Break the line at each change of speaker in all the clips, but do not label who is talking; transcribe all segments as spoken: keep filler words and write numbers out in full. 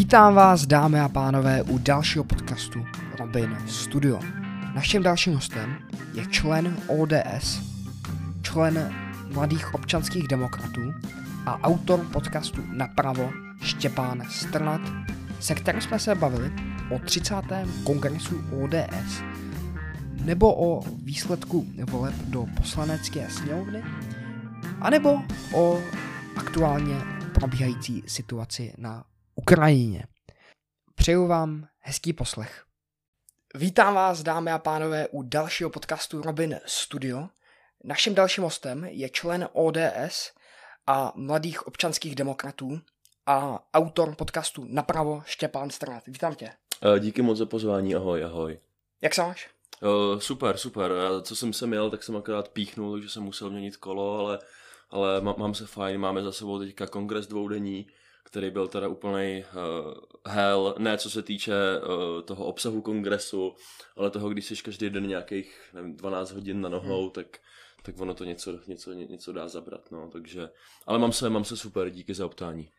Vítám vás, dámy a pánové, u dalšího podcastu Robin Studio. Naším dalším hostem je člen O D S, člen Mladých občanských demokratů a autor podcastu Napravo Štěpán Strnad, se kterým jsme se bavili o třicátém kongresu O D S nebo o výsledku voleb do poslanecké sněmovny, anebo o aktuálně probíhající situaci na Ukrajině. Přeju vám hezký poslech. Vítám vás, dámy a pánové, u dalšího podcastu Robin Studio. Naším dalším hostem je člen O D S a Mladých občanských demokratů a autor podcastu Napravo Štěpán Strnad. Vítám tě.
Díky moc za pozvání, ahoj, ahoj.
Jak se máš?
Uh, super, super. Já, co jsem sem jel, tak jsem akorát píchnul, takže jsem musel měnit kolo, ale, ale má, mám se fajn, máme za sebou teďka kongres dvoudenní, který byl teda úplnej uh, hell, ne co se týče uh, toho obsahu kongresu, ale toho, když jsi každý den nějakých nevím, dvanáct hodin na nohou, hmm. tak, tak ono to něco, něco, něco dá zabrat, no, takže, ale mám se, mám se super, díky za optání.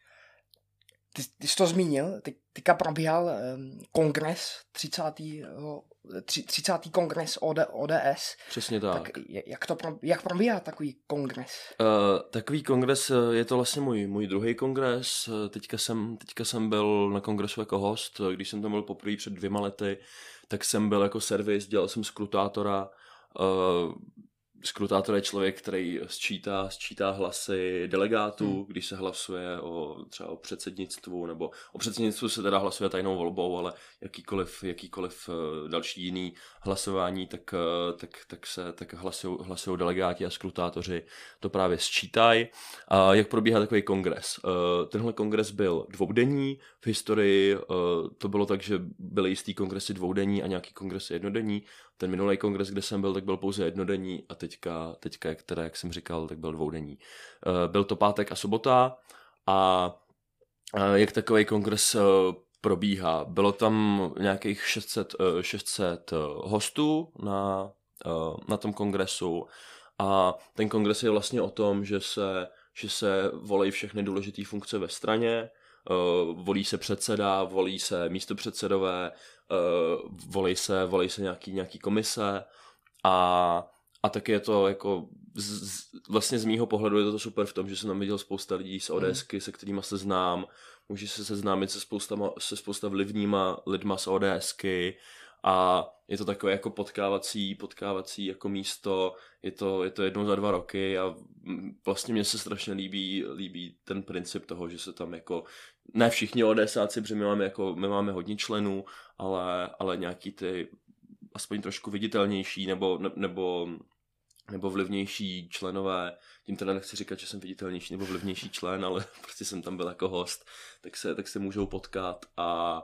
Ty, ty jsi to zmínil, ty, teďka probíhal um, kongres, třicátý třicátý kongres O D S.
Přesně tak.
Tak jak, to, jak probíhá takový kongres?
Uh, takový kongres, je to vlastně můj, můj druhý kongres. Teďka jsem, teďka jsem byl na kongresu jako host, když jsem tam byl poprvé před dvěma lety, tak jsem byl jako servis, dělal jsem skrutátora. Uh, Skrutátor je člověk, který sčítá, sčítá hlasy delegátů, hmm. když se hlasuje o třeba o předsednictvu, nebo o předsednictvu se teda hlasuje tajnou volbou, ale jakýkoliv, jakýkoliv další jiný hlasování, tak, tak, tak se tak hlasují, hlasují delegáti a skrutátoři to právě sčítají. A jak probíhá takový kongres? Tenhle kongres byl dvoudenní, v historii to bylo tak, že byly jistý kongresy dvoudenní a nějaký kongresy jednodenní. Ten minulý kongres, kde jsem byl, tak byl pouze jednodenní a teďka, teďka jak, teda, jak jsem říkal, tak byl dvoudenní. Byl to pátek a sobota a jak takový kongres probíhá? Bylo tam nějakých šest set, šest set hostů na, na tom kongresu a ten kongres je vlastně o tom, že se, že se volí všechny důležité funkce ve straně, volí se předseda, volí se místopředsedové, Uh, volej se, volej se nějaký, nějaký komise a, a taky je to jako z, z, vlastně z mýho pohledu je to super v tom, že jsem tam viděl spousta lidí z ODSky, mm. se kterýma se znám, můžu se seznámit se spousta, se spousta vlivnýma lidma z ODSky a je to takové jako potkávací, potkávací jako místo, je to, je to jednou za dva roky a vlastně mně se strašně líbí, líbí ten princip toho, že se tam jako, ne všichni ODSáci, protože my máme, jako, my máme hodně členů, ale, ale nějaký ty aspoň trošku viditelnější nebo, ne, nebo, nebo vlivnější členové, tím teda nechci říkat, že jsem viditelnější nebo vlivnější člen, ale prostě jsem tam byl jako host, tak se, tak se můžou potkat a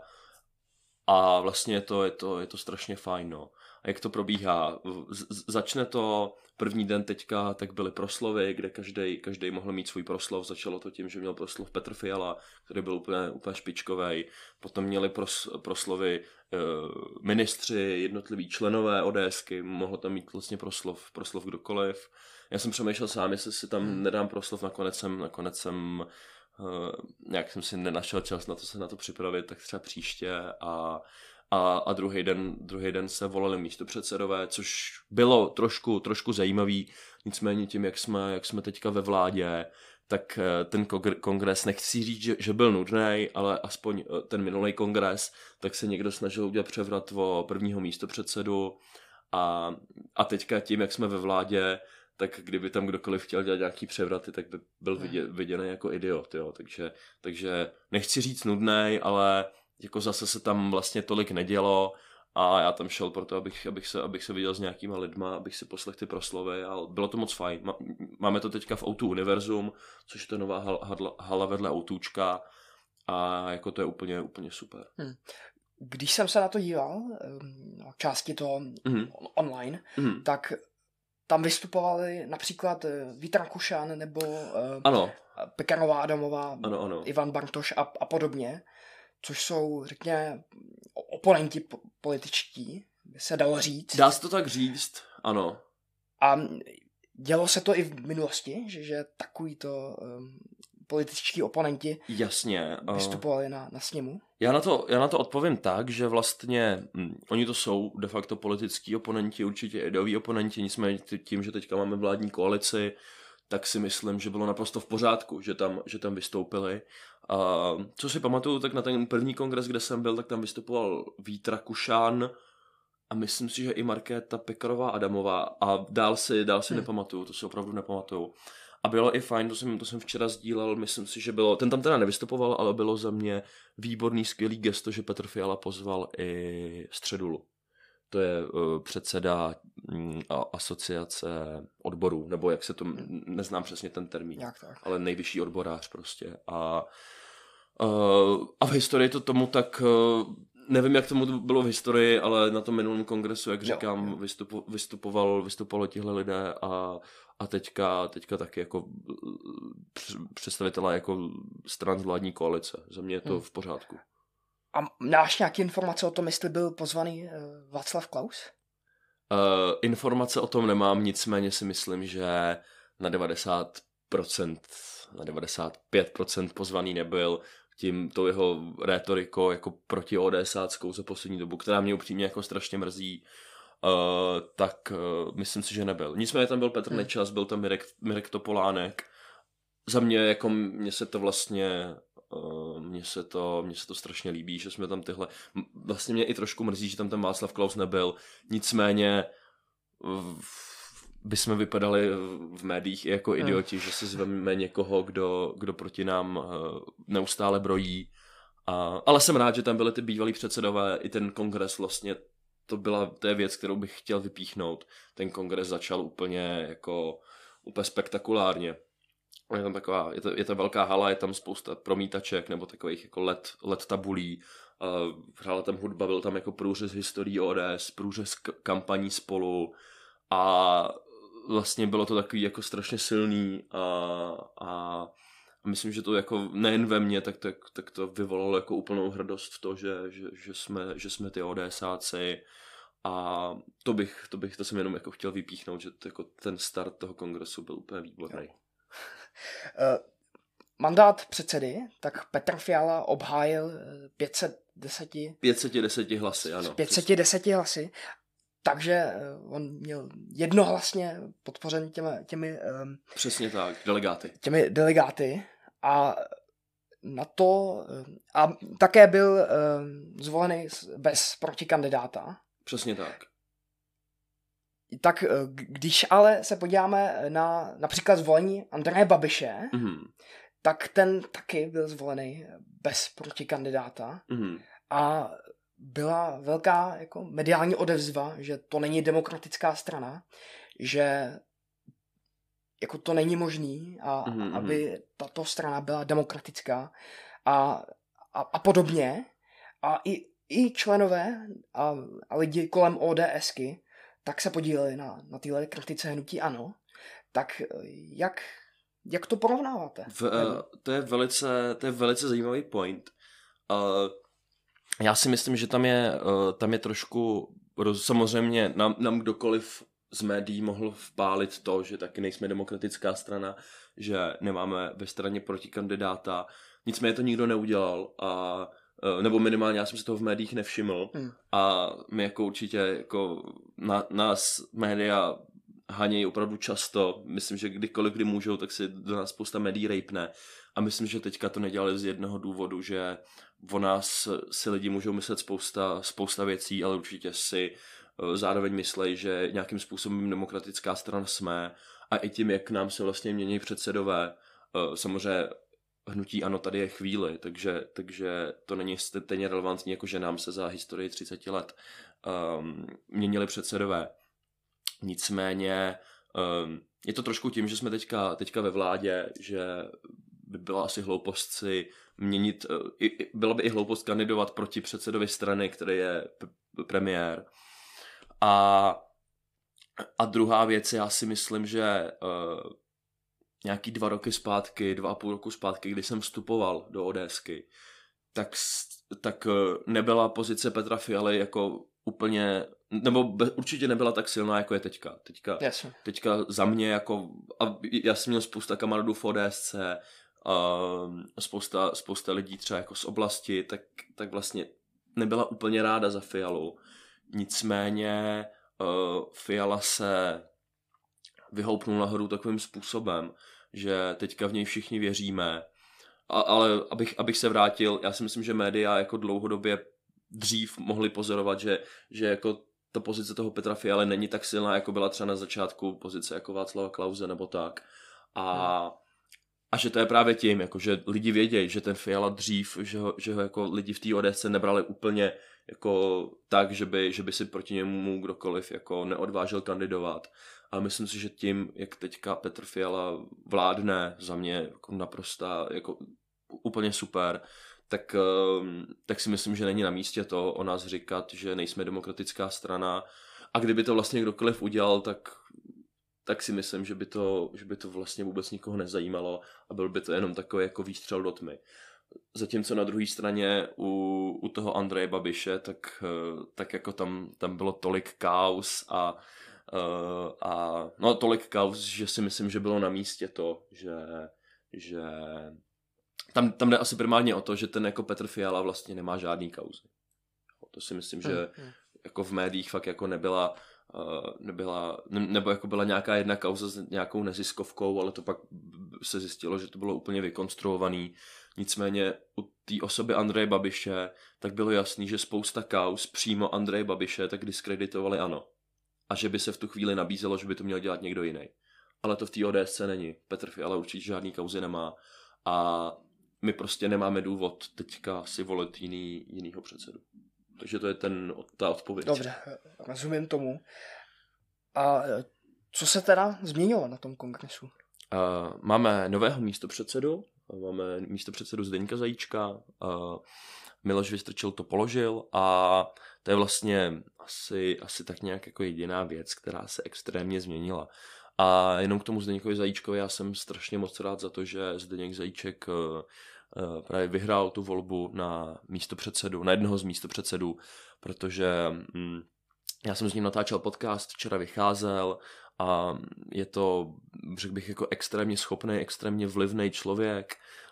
A vlastně je to, je to, je to strašně fajn, no. A jak to probíhá? Z- začne to první den teďka, tak byly proslovy, kde každej, každej mohl mít svůj proslov. Začalo to tím, že měl proslov Petr Fiala, který byl úplně, úplně špičkovej. Potom měli pros, proslovy e, ministři, jednotliví členové ODSky, mohl tam mít vlastně proslov, proslov kdokoliv. Já jsem přemýšlel sám, jestli si tam nedám proslov, nakonec jsem, nakonec jsem Uh, nějak jsem si nenašel čas na to se na to připravit, tak třeba příště a, a, a druhý den, druhý den se volali místopředsedové, což bylo trošku, trošku zajímavý, nicméně tím, jak jsme, jak jsme teďka ve vládě, tak ten kongres, nechci říct, že, že byl nudný, ale aspoň ten minulý kongres, tak se někdo snažil udělat převrat o prvního místopředsedu a, a teďka tím, jak jsme ve vládě, tak kdyby tam kdokoliv chtěl dělat nějaký převraty, tak by byl vidě, viděný jako idiot, jo, takže, takže nechci říct nudnej, ale jako zase se tam vlastně tolik nedělo a já tam šel proto, abych, abych, se, abych se viděl s nějakýma lidma, abych si poslechl ty proslovy a bylo to moc fajn. Máme to teďka v O dva Univerzum, což je to nová hala, hala vedle Outůčka a jako to je úplně, úplně super. Hmm.
Když jsem se na to díval, části to mm-hmm. online, mm-hmm. tak tam vystupovali například Vít Rakušan nebo ano. Pekarová Adamová, ano, ano. Ivan Bartoš a, a podobně, což jsou, řekněme, oponenti po- političtí, by se dalo říct.
Dá se to tak říct, ano.
A dělo se to i v minulosti, že, že takovýto um, političtí oponenti
Jasně.
vystupovali na, na sněmu?
Já na, to, já na to odpovím tak, že vlastně hm, oni to jsou de facto politický oponenti, určitě ideoví oponenti, nicméně tím, že teďka máme vládní koalici, tak si myslím, že bylo naprosto v pořádku, že tam, že tam vystoupili. A co si pamatuju, tak na ten první kongres, kde jsem byl, tak tam vystupoval Vít Rakušan a myslím si, že i Markéta Pekarová Adamová a dál si, dál si hmm. nepamatuju, to si opravdu nepamatuju. A bylo i fajn, to jsem, to jsem včera sdílel, myslím si, že bylo, ten tam teda nevystupoval, ale bylo za mě výborný, skvělý gesto, že Petr Fiala pozval i Středulu. To je uh, předseda um, asociace odborů, nebo jak se to, neznám přesně ten termín,
Jak tak.
ale nejvyšší odborář prostě. A, uh, a v historii to tomu tak, uh, nevím, jak tomu bylo v historii, ale na tom minulém kongresu, jak říkám, jo, jo. Vystupo, vystupoval, vystupovali tihle lidé a, a teďka, teďka taky jako představitelé jako stran z vládní koalice. Za mě je to hmm. v pořádku.
A máš nějaké informace o tom, jestli byl pozvaný uh, Václav Klaus?
Uh, informace o tom nemám, nicméně si myslím, že na devadesát procent, na devadesát pět procent pozvaný nebyl. Tím tou jeho rétorikou jako proti ODSáckou za poslední dobu, která mě upřímně jako strašně mrzí, uh, tak uh, myslím si, že nebyl. Nicméně tam byl Petr hmm. Nečas, byl tam Mirek, Mirek Topolánek. Za mě, jako mně se to vlastně... Uh, mně se to, mně se to strašně líbí, že jsme tam tyhle, vlastně mě i trošku mrzí, že tam ten Václav Klaus nebyl, nicméně v, bychom vypadali v médiích i jako idioti, hmm. že si zveme někoho, kdo, kdo proti nám uh, neustále brojí, a, ale jsem rád, že tam byly ty bývalí předsedové, i ten kongres vlastně, to byla, to je věc, kterou bych chtěl vypíchnout, ten kongres začal úplně jako, úplně spektakulárně. Je tam taková, je to, je to velká hala, je tam spousta promítaček nebo takových jako led, led tabulí. Uh, hrála tam hudba, byl tam jako průřez historií O D S, průřez k- kampaní Spolu a vlastně bylo to takový jako strašně silný a, a, a myslím, že to jako nejen ve mně, tak, tak, tak to vyvolalo jako úplnou hrdost v to, že, že, že, jsme, že jsme ty ODSáci a to bych, to bych, to jsem jenom jako chtěl vypíchnout, že to, jako ten start toho kongresu byl úplně výborný.
Uh, mandát předsedy, tak Petr Fiala obhájil pět set deset
pět set deset hlasy, ano.
pět set deset hlasy, takže on měl jednohlasně podpořen těmi, těmi um,
přesně tak, delegáty.
Těmi delegáty a na to a také byl um, zvolený bez protikandidáta.
Přesně tak.
Tak když ale se podíváme na například zvolení Andreje Babiše, mm-hmm. tak ten taky byl zvolený bez protikandidáta mm-hmm. a byla velká jako mediální odezva, že to není demokratická strana, že jako to není možný, a, mm-hmm. aby tato strana byla demokratická a, a, a podobně. A i, i členové a, a lidi kolem ODSky tak se podíleli na, na téhle kritice hnutí ANO. Tak jak, jak to porovnáváte?
V, uh, to, je velice, to je velice zajímavý point. Uh, já si myslím, že tam je, uh, tam je trošku, roz, samozřejmě nám, nám kdokoliv z médií mohl vpálit to, že taky nejsme demokratická strana, že nemáme ve straně protikandidáta. Nicméně to nikdo neudělal a nebo minimálně já jsem si toho v médiích nevšiml hmm. a my jako určitě jako na, nás média hanějí opravdu často, myslím, že kdykoliv, kdy můžou, tak si do nás spousta médií rejpne a myslím, že teďka to nedělali z jednoho důvodu, že o nás si lidi můžou myslet spousta, spousta věcí, ale určitě si zároveň myslejí, že nějakým způsobem demokratická strana jsme a i tím, jak nám se vlastně mění předsedové, samozřejmě hnutí ANO tady je chvíli, takže, takže to není stejně relevantní, jako že nám se za historii třicet let um, měnili předsedové. Nicméně um, je to trošku tím, že jsme teďka, teďka ve vládě, že by byla asi hloupost si měnit, uh, i, byla by i hloupost kandidovat proti předsedovi strany, který je p- premiér. A, a druhá věc, já si myslím, že uh, nějaký dva roky zpátky, dva a půl roku zpátky, když jsem vstupoval do ODSky, tak, tak nebyla pozice Petra Fialy jako úplně, nebo be, určitě nebyla tak silná, jako je teďka. Teďka,
yes.
teďka za mě jako, a já jsem měl spousta kamarádů v ODSce uh, spousta, spousta lidí třeba jako z oblasti, tak, tak vlastně nebyla úplně ráda za Fialu. Nicméně uh, Fiala se vyhoupnul nahoru takovým způsobem, že teďka v něj všichni věříme. A, ale abych, abych se vrátil, já si myslím, že média jako dlouhodobě dřív mohli pozorovat, že, že jako ta pozice toho Petra Fialy není tak silná, jako byla třeba na začátku pozice jako Václava Klause nebo tak. A, a že to je právě tím, jako, že lidi vědějí, že ten Fiala dřív, že ho, že ho jako lidi v té O D S nebrali úplně jako tak, že by, že by si proti němu kdokoliv jako neodvážil kandidovat. A myslím si, že tím, jak teďka Petr Fiala vládne, za mě jako naprosto jako úplně super, tak, tak si myslím, že není na místě to o nás říkat, že nejsme demokratická strana. A kdyby to vlastně kdokoliv udělal, tak, tak si myslím, že by, to, že by to vlastně vůbec nikoho nezajímalo a byl by to jenom takový jako výstřel do tmy. Zatímco na druhé straně u, u toho Andreje Babiše, tak, tak jako tam, tam bylo tolik kauz a Uh, a no tolik kauz, že si myslím, že bylo na místě to, že, že tam, tam jde asi primárně o to, že ten jako Petr Fiala vlastně nemá žádný kauzy. To si myslím, že hmm, hmm. jako v médiích fakt jako nebyla, uh, nebyla ne, nebo jako byla nějaká jedna kauza s nějakou neziskovkou, ale to pak se zjistilo, že to bylo úplně vykonstruovaný. Nicméně u té osoby Andreje Babiše tak bylo jasný, že spousta kauz přímo Andreje Babiše tak diskreditovali ANO. A že by se v tu chvíli nabízelo, že by to měl dělat někdo jiný. Ale to v té O D S není. Petr Fiala určitě žádný kauzy nemá. A my prostě nemáme důvod teďka si volit jiný, jinýho předsedu. Takže to je ten, ta odpověď.
Dobře, rozumím tomu. A co se teda změnilo na tom kongresu?
Uh, máme nového místopředsedu. Máme místopředsedu Zdeňka Zajíčka. Uh, Miloš Vystrčil to položil a to je vlastně asi, asi tak nějak jako jediná věc, která se extrémně změnila. A jenom k tomu Zdeňkovi Zajíčkovi, já jsem strašně moc rád za to, že Zdeněk Zajíček právě vyhrál tu volbu na místopředsedu, na jednoho z místopředsedů, protože hm, já jsem s ním natáčel podcast, včera vycházel a je to, řekl bych, jako extrémně schopný, extrémně vlivný člověk,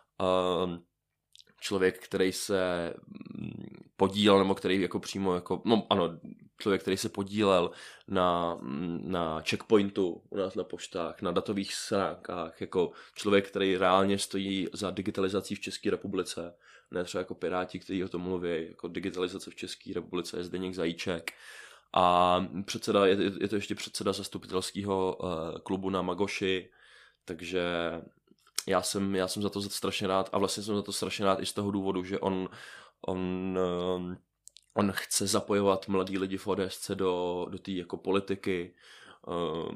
člověk, který se podílel, nebo který jako přímo, jako, no ano, člověk, který se podílel na, na checkpointu u nás na poštách, na datových stránkách, jako člověk, který reálně stojí za digitalizací v České republice, ne třeba jako Piráti, kteří o tom mluví, jako digitalizace v České republice je Zdeněk Zajíček. A předseda, je, je to ještě předseda zastupitelského uh, klubu na Magoši, takže já jsem, já jsem za to strašně rád a vlastně jsem za to strašně rád i z toho důvodu, že on, on, uh, on chce zapojovat mladí lidi v O D S do, do té jako politiky, uh,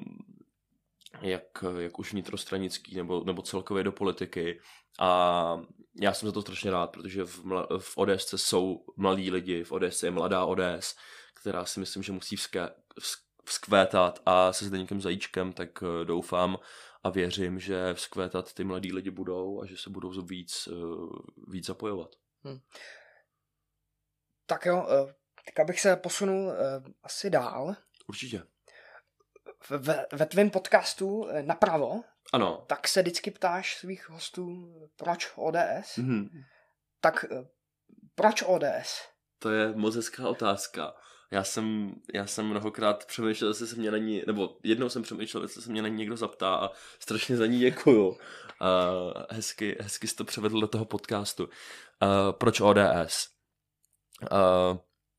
jak, jak už vnitrostranický nebo, nebo celkově do politiky. A já jsem za to strašně rád, protože v, mla, v O D S jsou mladí lidi, v O D S je mladá O D S, která si myslím, že musí vzké, vzkvétat a se Zdeňkem Zajíčkem tak doufám a věřím, že vzkvétat ty mladí lidi budou a že se budou víc, víc zapojovat. Hmm.
Tak jo, tak abych se posunul asi dál.
Určitě.
Ve, ve tvém podcastu Napravo,
ano.
Tak se vždycky ptáš svých hostů, proč O D S?
Mm-hmm.
Tak proč O D S?
To je moc hezká otázka. Já jsem, já jsem mnohokrát přemýšlel, jestli se mě na ní, nebo jednou jsem přemýšlel, jestli se mě na ní někdo zaptá a strašně za ní děkuju. Uh, hezky, hezky jsi to převedl do toho podcastu. Uh, proč O D S? Uh,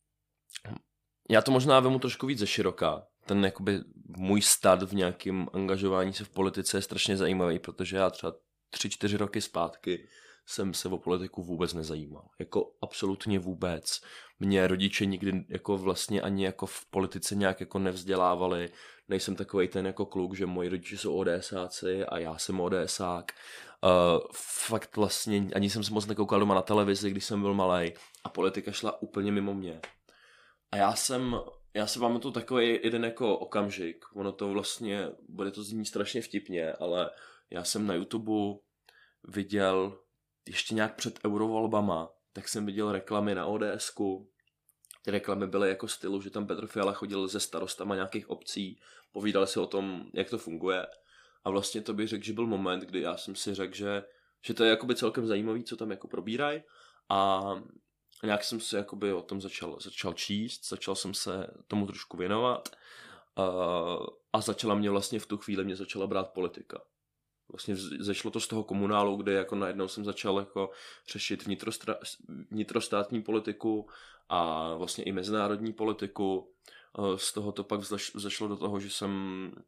já to možná vemu trošku víc ze široka. Ten jakoby můj start v nějakém angažování se v politice je strašně zajímavý, protože já třeba tři, čtyři roky zpátky jsem se o politiku vůbec nezajímal. Jako absolutně vůbec. Mě rodiče nikdy jako vlastně ani jako v politice nějak jako nevzdělávali. Nejsem takovej ten jako kluk, že moji rodiče jsou ODSáci a já jsem ODSák. Uh, fakt vlastně ani jsem se moc nekoukal doma na televizi, když jsem byl malej a politika šla úplně mimo mě. A já jsem, já se vám to takový jeden jako okamžik. Ono to vlastně, bude to znít strašně vtipně, ale já jsem na YouTube viděl ještě nějak před eurovolbama, tak jsem viděl reklamy na ODSku. Ty reklamy byly jako stylu, že tam Petr Fiala chodil se starostama nějakých obcí, povídal si o tom, jak to funguje. A vlastně to bych řekl, že byl moment, kdy já jsem si řekl, že Že to je jakoby celkem zajímavý, co tam jako probírají a nějak jsem se jakoby o tom začal, začal číst, začal jsem se tomu trošku věnovat uh, a začala mě vlastně v tu chvíli mě začala brát politika. Vlastně zešlo to z toho komunálu, kde jako najednou jsem začal jako řešit vnitrostra, vnitrostátní politiku a vlastně i mezinárodní politiku. Z toho to pak zešlo do toho, že jsem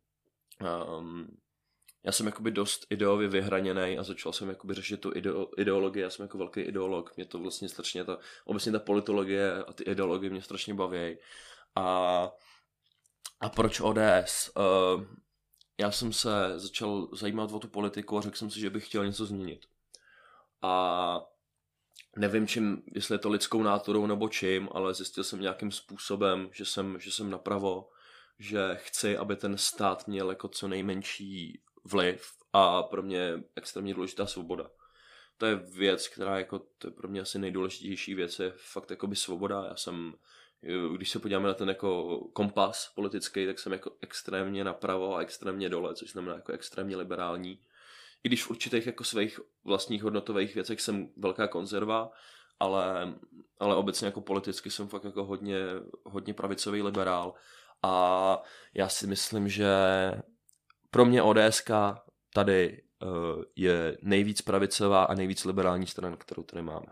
um, já jsem jakoby dost ideově vyhraněnej a začal jsem jakoby řešit tu ideo, ideologii. Já jsem jako velký ideolog, mě to vlastně strašně ta, obecně ta politologie a ty ideologie mě strašně baví. A, a proč O D S? Uh, já jsem se začal zajímat o tu politiku a řekl jsem si, že bych chtěl něco změnit. A nevím čím, jestli je to lidskou náturou nebo čím, ale zjistil jsem nějakým způsobem, že jsem, že jsem napravo, že chci, aby ten stát měl jako co nejmenší vliv a pro mě extrémně důležitá svoboda. To je věc, která jako, to je pro mě asi nejdůležitější věc, je fakt jakoby svoboda. Já jsem, když se podíváme na ten jako kompas politický, tak jsem jako extrémně napravo a extrémně dole, což znamená jako extrémně liberální. I když v určitých jako svých vlastních hodnotových věcech jsem velká konzerva, ale, ale obecně jako politicky jsem fakt jako hodně, hodně pravicový liberál. A já si myslím, že pro mě ODSka tady uh, je nejvíc pravicová a nejvíc liberální strana, kterou tady máme.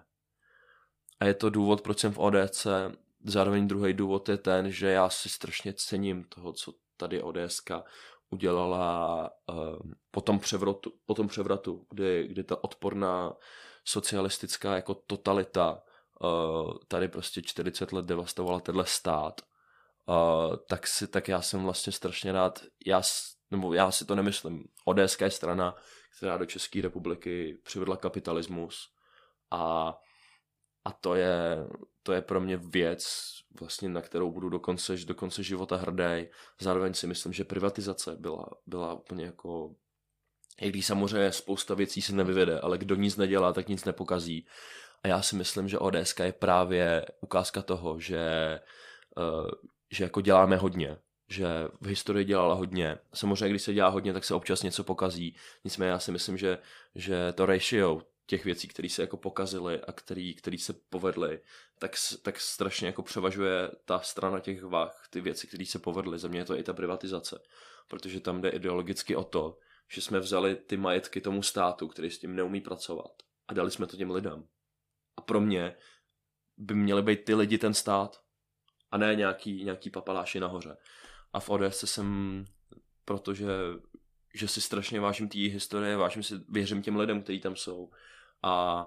A je to důvod, proč jsem v ODSce. Zároveň druhý důvod je ten, že já si strašně cením toho, co tady ODSka udělala uh, po tom převratu, po tom převratu kdy, kdy ta odporná socialistická jako totalita uh, tady prostě čtyřicet let devastovala tenhle stát. Uh, tak, si, tak já jsem vlastně strašně rád, já, nebo já si to nemyslím, ODSka je strana, která do České republiky přivedla kapitalismus a, a to, je, to je pro mě věc, vlastně, na kterou budu do konce, do konce života hrdý. Zároveň si myslím, že privatizace byla, byla úplně jako, i když samozřejmě spousta věcí se nevyvede, ale kdo nic nedělá, tak nic nepokazí. A já si myslím, že ODSka je právě ukázka toho, že uh, že jako děláme hodně, že v historii dělala hodně. Samozřejmě, když se dělá hodně, tak se občas něco pokazí. Nicméně já si myslím, že, že to ratio těch věcí, které se jako pokazily a které se povedly, tak, tak strašně jako převažuje ta strana těch vah, ty věci, které se povedly. Za mě je to i ta privatizace, protože tam jde ideologicky o to, že jsme vzali ty majetky tomu státu, který s tím neumí pracovat a dali jsme to těm lidem. A pro mě by měli být ty lidi ten stát, a ne nějaký, nějaký papaláši nahoře. A v ODSce jsem, protože že si strašně vážím té historie, vážím si, věřím těm lidem, kteří tam jsou. A,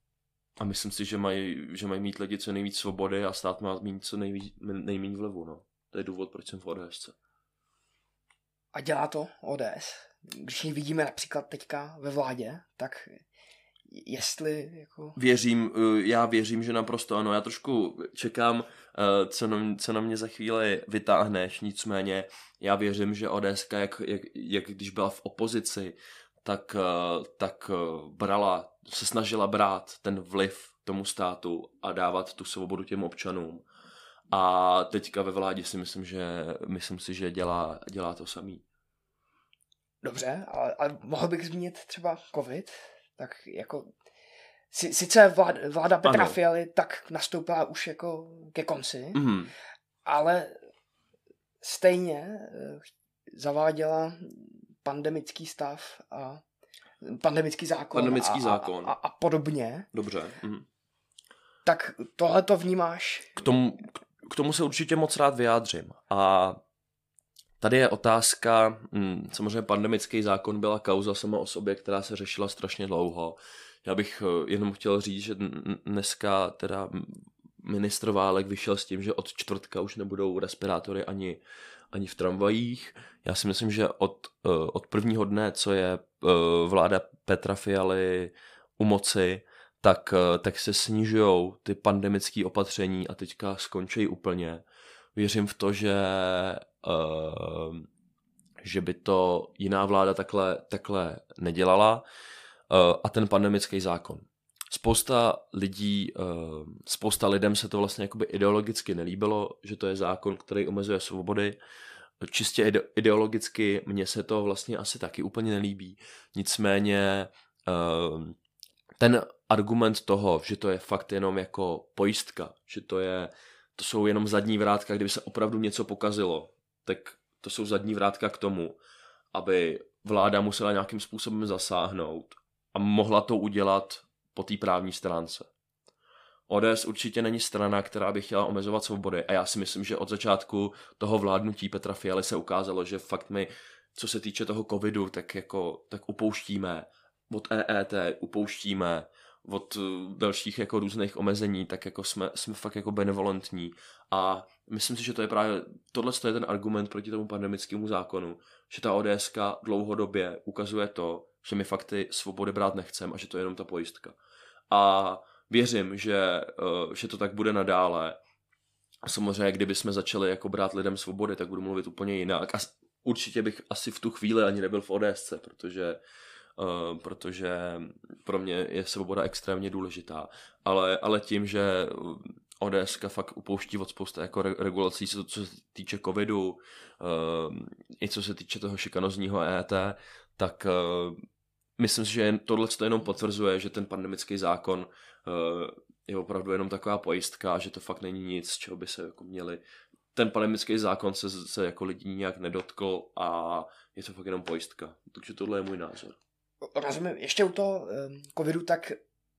a myslím si, že mají že maj mít lidi co nejvíc svobody a stát má mít co nejvíc, nejméně vlivu. No. To je důvod, proč jsem v ODSce.
A dělá to O D S? Když ji vidíme například teďka ve vládě, tak jestli jako...
Věřím, já věřím, že naprosto ano. Já trošku čekám, co na, co na mě za chvíli vytáhneš, nicméně já věřím, že ODSka, jak, jak, jak když byla v opozici, tak, tak brala, se snažila brát ten vliv tomu státu a dávat tu svobodu těm občanům. A teďka ve vládě si myslím, že myslím si, že dělá, dělá to samý.
Dobře, ale, ale mohl bych zmínit třeba covid, tak jako sice vláda, vláda Petra ano. Fialy tak nastoupila už jako ke konci, mm. ale stejně zaváděla pandemický stav a pandemický zákon,
pandemický
a,
zákon.
A, a, a podobně.
Dobře. Mm.
Tak tohle to vnímáš?
K tomu, k tomu se určitě moc rád vyjádřím. A tady je otázka, hm, samozřejmě pandemický zákon byla kauza sama o sobě, která se řešila strašně dlouho. Já bych jenom chtěl říct, že dneska teda ministr Válek vyšel s tím, že od čtvrtka už nebudou respirátory ani, ani v tramvajích. Já si myslím, že od, od prvního dne, co je vláda Petra Fialy u moci, tak, tak se snižují ty pandemické opatření a teďka skončí úplně. Věřím v to, že, uh, že by to jiná vláda takhle, takhle nedělala. Uh, a ten pandemický zákon. Spousta lidí, uh, spousta lidem se to vlastně jakoby ideologicky nelíbilo, že to je zákon, který omezuje svobody. Čistě ide- ideologicky mně se to vlastně asi taky úplně nelíbí. Nicméně uh, ten argument toho, že to je fakt jenom jako pojistka, že to je, to jsou jenom zadní vrátka, kdyby se opravdu něco pokazilo, tak to jsou zadní vrátka k tomu, aby vláda musela nějakým způsobem zasáhnout a mohla to udělat po té právní stránce. O D S určitě není strana, která by chtěla omezovat svobody a já si myslím, že od začátku toho vládnutí Petra Fialy se ukázalo, že fakt my, co se týče toho covidu, tak jako tak upouštíme od E E T, upouštíme od dalších jako různých omezení, tak jako jsme, jsme fakt jako benevolentní a myslím si, že to je právě, tohle je ten argument proti tomu pandemickému zákonu, že ta ODSka dlouhodobě ukazuje to, že my fakt ty svobody brát nechcem a že to je jenom ta pojistka. A věřím, že, že to tak bude nadále. A samozřejmě, kdyby jsme začali jako brát lidem svobody, tak budu mluvit úplně jinak. A určitě bych asi v tu chvíli ani nebyl v ODSce, protože, uh, protože pro mě je svoboda extrémně důležitá. Ale, ale tím, že ODSka fakt upouští od spousta jako regulací, co, co se týče covidu, uh, i co se týče toho šikanozního E E T, tak uh, myslím si, že tohle to jenom potvrzuje, že ten pandemický zákon uh, je opravdu jenom taková pojistka, že to fakt není nic, z čeho by se jako měli. Ten pandemický zákon se, se jako lidí nějak nedotkl a je to fakt jenom pojistka. Takže tohle je můj názor.
Rozumím. Ještě u toho um, covidu, tak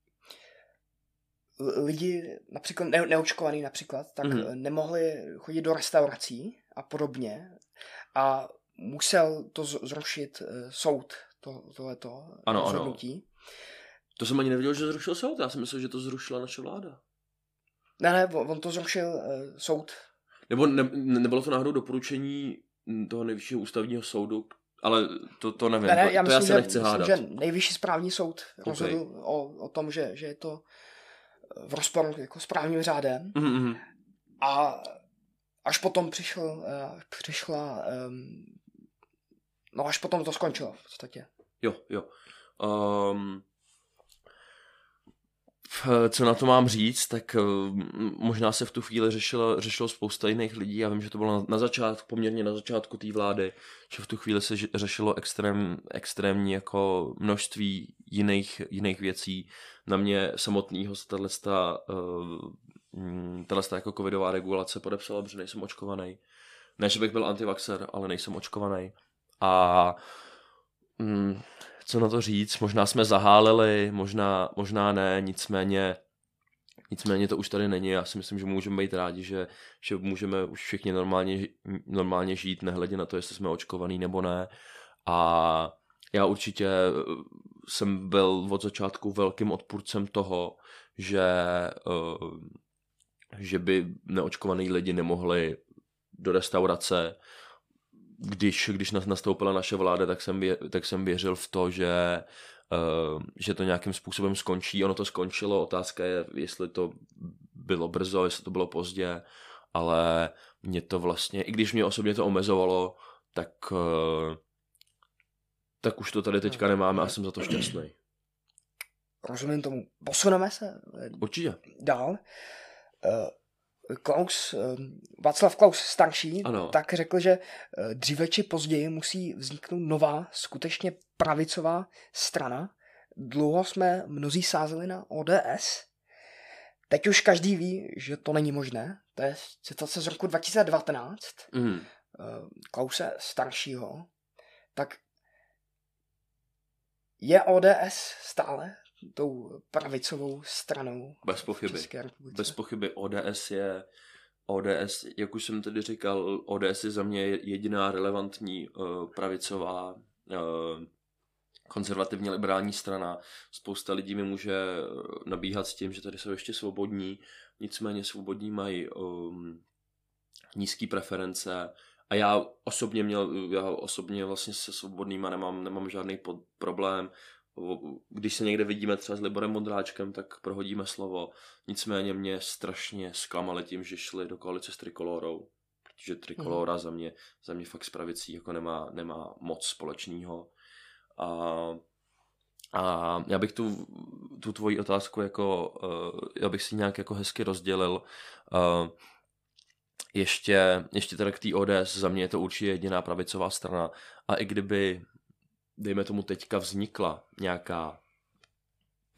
lidi například ne, neočkovaný například, tak mm-hmm. nemohli chodit do restaurací a podobně a musel to zrušit uh, soud, to, tohleto
ano,
rozhodnutí.
Ano. To jsem ani nevěděl, že zrušil soud, já jsem myslel, že to zrušila naše vláda.
Ne, ne, on to zrušil uh, soud.
Nebo ne, nebylo to náhodou doporučení toho nejvyššího ústavního soudu, ale to, to nevím, ne, ne, já to, myslím, to já se nechci
že,
hádat.
Myslím, že nejvyšší správní soud
okay.
rozhodl o, o tom, že, že je to v rozporu jako s právním řádem.
Mm-hmm.
A až potom přišel, uh, přišla, um, no až potom to skončilo v podstatě.
Jo, jo. Um, co na to mám říct, tak možná se v tu chvíli řešilo, řešilo spousta jiných lidí. Já vím, že to bylo na, na začátku, poměrně na začátku té vlády, že v tu chvíli se řešilo extrém, extrémní jako množství jiných, jiných věcí. Na mě samotného se tato jako covidová regulace podepsala, protože nejsem očkovaný. Ne, že bych byl antivaxer, ale nejsem očkovaný. A mm, co na to říct, možná jsme zaháleli, možná, možná ne, nicméně, nicméně to už tady není. Já si myslím, že můžeme být rádi, že, že můžeme už všichni normálně, normálně žít, nehledě na to, jestli jsme očkovaný nebo ne. A já určitě jsem byl od začátku velkým odpůrcem toho, že, že by neočkovaný lidi nemohli do restaurace. Když, když nastoupila naše vláda, tak jsem, vě, tak jsem věřil v to, že, uh, že to nějakým způsobem skončí. Ono to skončilo, otázka je, jestli to bylo brzo, jestli to bylo pozdě, ale mě to vlastně, i když mě osobně to omezovalo, tak, uh, tak už to tady teďka nemáme a jsem za to šťastný.
Rozumím tomu. Posuneme se
Určitě.
Dál. Uh... Klaus, Václav Klaus starší,
ano.
tak řekl, že dříve či později musí vzniknout nová, skutečně pravicová strana. Dlouho jsme mnozí sázeli na O D S. Teď už každý ví, že to není možné. To je citace z roku dva tisíce devatenáct. Mm. Klause staršího. Tak je O D S stále tou pravicovou stranou?
Bez pochyby. Bez pochyby O D S je O D S, jak už jsem tedy říkal, O D S je za mě jediná relevantní uh, pravicová uh, konzervativně liberální strana. Spousta lidí mi může nabíhat s tím, že tady jsou ještě svobodní, nicméně svobodní mají um, nízký preference a já osobně měl, já osobně vlastně se svobodnýma nemám, nemám žádný pod problém. Když se někde vidíme třeba s Liborem Vondráčkem, tak prohodíme slovo. Nicméně mě strašně zklamali tím, že šli do koalice s Trikolórou, protože Trikolóra mm. za mě, za mě fakt s pravicí jako nemá, nemá moc společného. A, a já bych tu, tu tvoji otázku jako, uh, já bych si nějak jako hezky rozdělil. Uh, ještě, ještě teda k té O D S, za mě je to určitě jediná pravicová strana a i kdyby dejme tomu teďka vznikla nějaká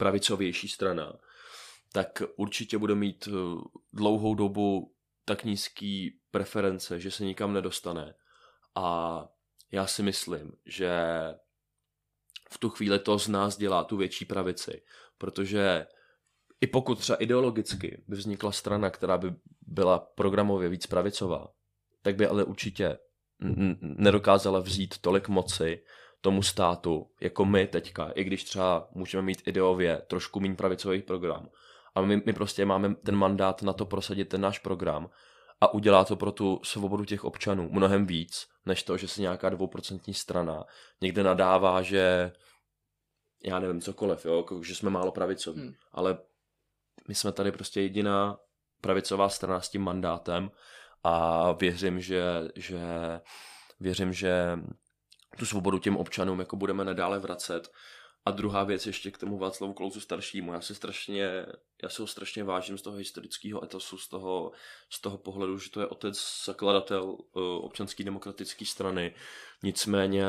pravicovější strana, tak určitě bude mít dlouhou dobu tak nízký preference, že se nikam nedostane. A já si myslím, že v tu chvíli to z nás dělá tu větší pravici, protože i pokud třeba ideologicky by vznikla strana, která by byla programově víc pravicová, tak by ale určitě n- nedokázala vzít tolik moci tomu státu, jako my teďka, i když třeba můžeme mít ideově trošku méně pravicový program. A my, my prostě máme ten mandát na to prosadit ten náš program a udělá to pro tu svobodu těch občanů mnohem víc, než to, že se nějaká dvouprocentní strana někde nadává, že já nevím, cokoliv, jo, že jsme málo pravicoví, hmm. ale my jsme tady prostě jediná pravicová strana s tím mandátem a věřím, že, že věřím, že tu svobodu těm občanům jako budeme nadále vracet. A druhá věc ještě k tomu Václavu Klausu staršímu. Já si strašně, já si ho strašně vážím z toho historického etosu, z toho, z toho pohledu, že to je otec zakladatel uh, občanské demokratické strany. Nicméně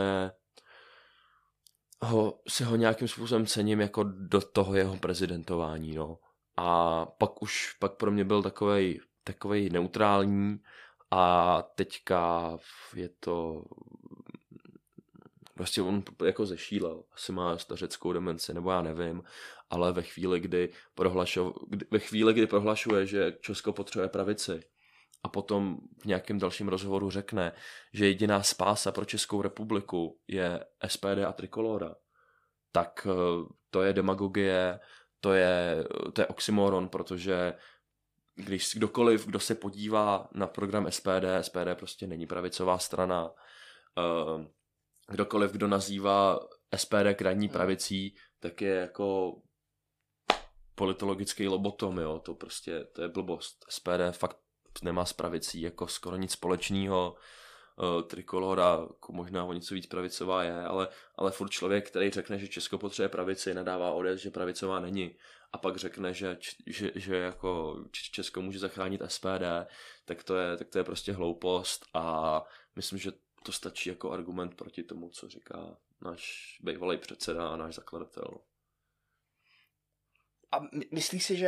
ho, si ho nějakým způsobem cením jako do toho jeho prezidentování, no. A pak už, pak pro mě byl takovej, takovej neutrální a teďka je to prostě on jako zešílel, asi má stařeckou demenci, nebo já nevím, ale ve chvíli, kdy, prohlašo, kdy, ve chvíli, kdy prohlašuje, že Česko potřebuje pravici a potom v nějakém dalším rozhovoru řekne, že jediná spása pro Českou republiku je S P D a Trikolóra, tak to je demagogie, to je, to je oxymoron, protože když kdokoliv, kdo se podívá na program S P D, S P D prostě není pravicová strana, kdokoliv, kdo nazývá S P D krajní pravicí, tak je jako politologický lobotom, jo, to prostě, to je blbost. S P D fakt nemá s pravicí jako skoro nic společného. Trikolora jako možná o něco víc pravicová je, ale, ale furt člověk, který řekne, že Česko potřebuje pravici, nadává O D S, že pravicová není, a pak řekne, že, že, že jako Česko může zachránit S P D, tak to je, tak to je prostě hloupost a myslím, že to stačí jako argument proti tomu, co říká náš bývalý předseda a náš zakladatel.
A my, myslíš si, že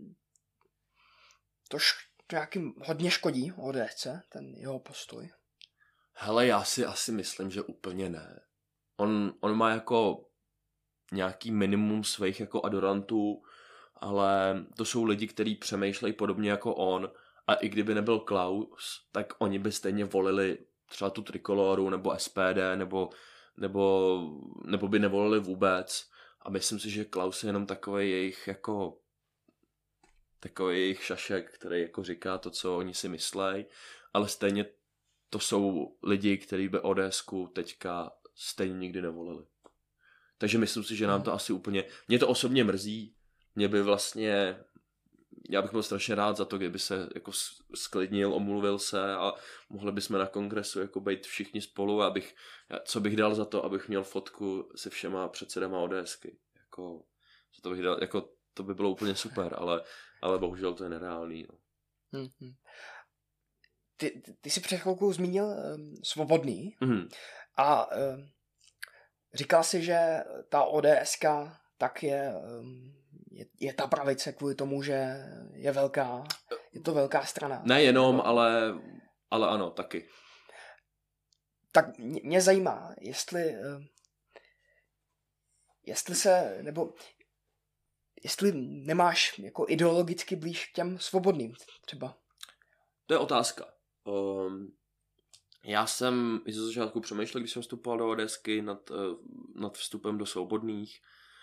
to š- nějakým hodně škodí O D S, ten jeho postoj?
Hele, já si asi myslím, že úplně ne. On, on má jako nějaký minimum svých jako adorantů, ale to jsou lidi, kteří přemýšlejí podobně jako on a i kdyby nebyl Klaus, tak oni by stejně volili třeba tu Trikoloru nebo S P D nebo, nebo, nebo by nevolili vůbec. A myslím si, že Klaus je jenom takový jejich jako takový jejich šašek, který jako říká to, co oni si myslejí, ale stejně to jsou lidi, kteří by ODSku teďka stejně nikdy nevolili. Takže myslím si, že nám to asi úplně... Mě to osobně mrzí, mě by vlastně... Já bych byl strašně rád za to, kdyby se jako sklidnil, omluvil se a mohli bychom na kongresu jako být všichni spolu, abych, co bych dal za to, abych měl fotku se všema předsedama ODSky. Jako, to, bych dal, jako, to by bylo úplně super, ale, ale bohužel to je nereálný. No.
Mm-hmm. Ty, ty, ty jsi před chvilkou zmínil um, Svobodný
mm-hmm.
a um, říkal jsi, že ta ODSka tak je... Um, Je, je ta pravice kvůli tomu, že je velká, je to velká strana.
Nejenom, ale, ale ano, taky.
Tak mě, mě zajímá, jestli, jestli se, nebo jestli nemáš jako ideologicky blíž k těm svobodným třeba.
To je otázka. Um, já jsem i ze začátku přemýšlel, když jsem vstupoval do ODSky nad, nad vstupem do svobodných.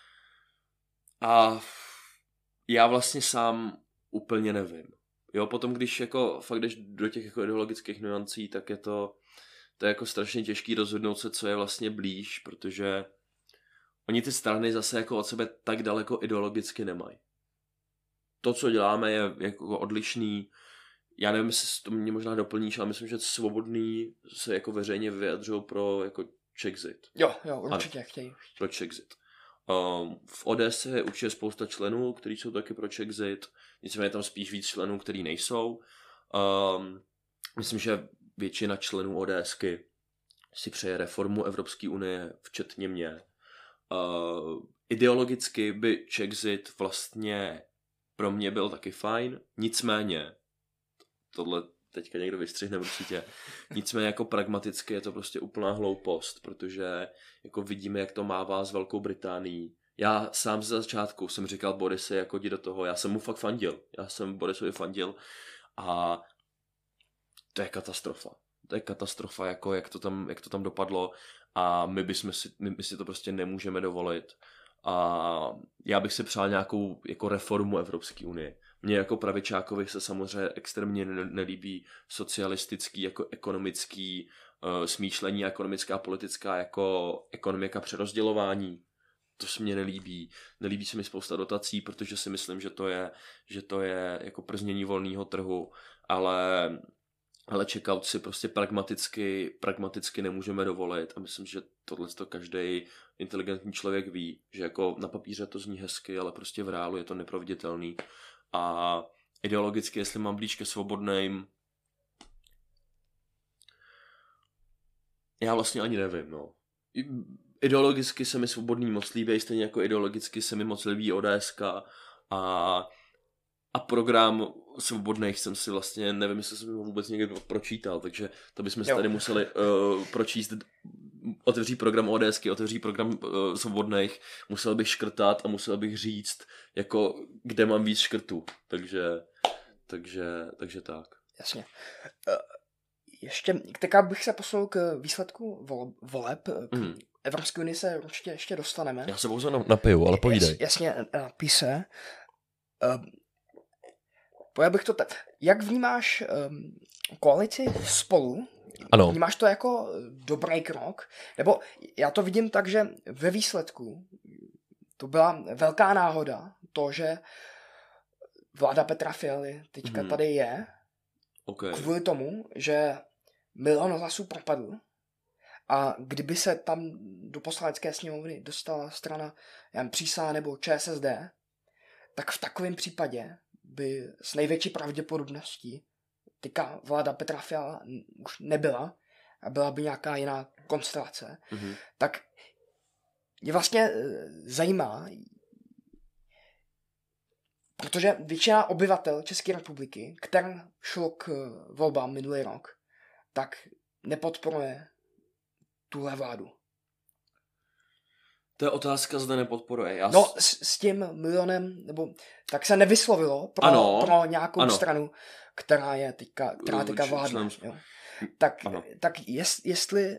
A já vlastně sám úplně nevím. Jo, potom když jako fakt jdeš do těch jako ideologických nuancí, tak je to, to je jako strašně těžký rozhodnout se, co je vlastně blíž, protože oni ty strany zase jako od sebe tak daleko ideologicky nemají. To, co děláme, je jako odlišný. Já nevím, jestli to mě možná doplníš, ale myslím, že Svobodný se jako veřejně vyjadřují pro jako Czexit.
Jo, jo, určitě ano, chtějí.
Pro Czexit. Um, v O D S je určitě spousta členů, kteří jsou taky pro Czexit, nicméně tam spíš víc členů, kteří nejsou. Um, myslím, že většina členů ODSky si přeje reformu Evropské unie, včetně mě. Uh, ideologicky by Czexit vlastně pro mě byl taky fajn, nicméně, tohle teďka někdo vystřihne určitě, nicméně jako pragmaticky je to prostě úplná hloupost, protože jako vidíme, jak to mává s Velkou Británií. Já sám ze začátku jsem říkal Borise, jako jdi do toho, já jsem mu fakt fandil, já jsem Borisovi fandil a to je katastrofa. To je katastrofa, jako jak to tam, jak to tam dopadlo a my, bychom si, my, my si to prostě nemůžeme dovolit. A já bych si přál nějakou jako reformu Evropské unie. Mně jako pravičákovi se samozřejmě extrémně nelíbí socialistický, jako ekonomický uh, smýšlení, ekonomická, politická, jako ekonomika přerozdělování. To se mně nelíbí. Nelíbí se mi spousta dotací, protože si myslím, že to je, že to je jako prznění volného trhu, ale ale checkout si prostě pragmaticky, pragmaticky nemůžeme dovolit a myslím, že tohle to každý inteligentní člověk ví, že jako na papíře to zní hezky, ale prostě v reálu je to neproveditelný a ideologicky, jestli mám blíž ke svobodným, já vlastně ani nevím, no. Ideologicky se mi svobodný moc líbí, stejně jako ideologicky se mi moc líbí ODSka a A program svobodných jsem si vlastně, nevím, jestli jsem ho vůbec někdy pročítal, takže to bychom si tady museli uh, pročíst, otevřít program ODSky, otevřít program uh, svobodných, musel bych škrtat a musel bych říct, jako, kde mám víc škrtů, takže, takže, takže tak.
Jasně. Uh, ještě, teďka bych se posunul k výsledku vol, voleb, k mm. Evropské unii se určitě ještě dostaneme.
Já se pouze napiju, ale povídej.
Jas, jasně, napíse. Uh, Já bych to tak. Jak vnímáš um, koalici Spolu?
Ano.
Vnímáš to jako dobrý krok? Nebo já to vidím tak, že ve výsledku to byla velká náhoda, to, že vláda Petra Fialy teďka hmm. tady je,
okay.
kvůli tomu, že milion hlasů propadl a kdyby se tam do poslanecké sněmovny dostala strana jen Přísá nebo ČSSD, tak v takovém případě by s největší pravděpodobností teďka vláda Petra Fiala už nebyla a byla by nějaká jiná konstelace, mm-hmm. tak mě vlastně zajímá, protože většina obyvatel České republiky, kterým šlo k volbám minulý rok, tak nepodporuje tuhle vládu.
To je otázka, zda nepodporuje. Já
no s, s tím milionem, nebo tak se nevyslovilo pro, ano, pro nějakou ano. stranu, která je teďka, která teďka vládne. Jo. Tak, tak jest, jestli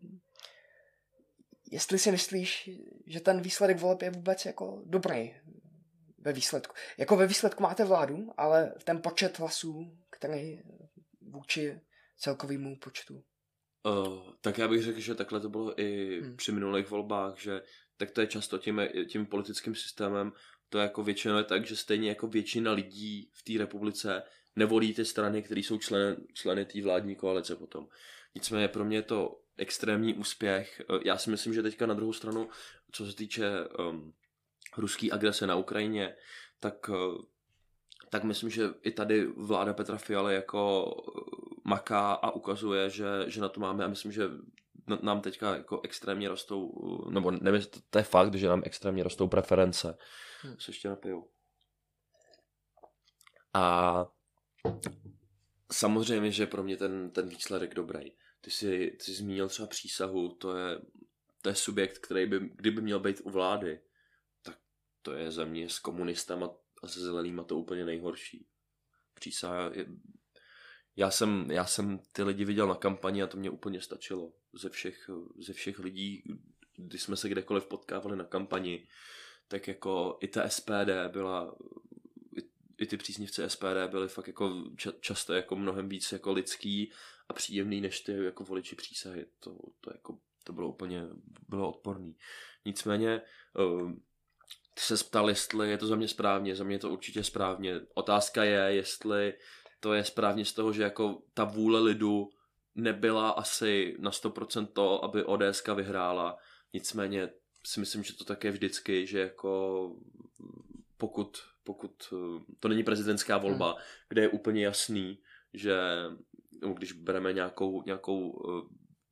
jestli si myslíš, že ten výsledek voleb je vůbec jako dobrý ve výsledku. Jako ve výsledku máte vládu, ale ten počet hlasů, který vůči celkovému počtu.
Uh, tak já bych řekl, že takhle to bylo i hmm. při minulých volbách, že tak to je často tím, tím politickým systémem, to je jako většinou je tak, že stejně jako většina lidí v té republice nevolí ty strany, které jsou členy, členy té vládní koalice potom. Nicméně pro mě je to extrémní úspěch. Já si myslím, že teďka na druhou stranu, co se týče um, ruské agrese na Ukrajině, tak, uh, tak myslím, že i tady vláda Petra Fialy jako maká a ukazuje, že, že na to máme a myslím, že nám teďka jako extrémně rostou, nebo nevím, to je fakt, že nám extrémně rostou preference. Hmm. Se ještě napiju. A samozřejmě, že pro mě ten, ten výsledek dobrý. Ty jsi, ty jsi zmínil třeba Přísahu, to je, to je subjekt, který by, kdyby měl být u vlády, tak to je za mě s komunistama a se zelenýma to úplně nejhorší. Přísaha je... Já jsem, já jsem ty lidi viděl na kampani a to mě úplně stačilo. Ze všech, ze všech lidí, když jsme se kdekoliv potkávali na kampani, tak jako i ta S P D byla, i, i ty příznivci S P D byli fakt jako ča, často jako mnohem víc jako lidský a příjemný než ty jako voliči Přísahy. To, to, jako, to bylo úplně, bylo odporný. Nicméně, uh, ty se ptal, jestli je to za mě správně, za mě je to určitě správně. Otázka je, jestli to je správně z toho, že jako ta vůle lidu nebyla asi na sto procent to, aby ODSka vyhrála. Nicméně si myslím, že to také vždycky, že jako pokud, pokud to není prezidentská volba, hmm. kde je úplně jasný, že když bereme nějakou, nějakou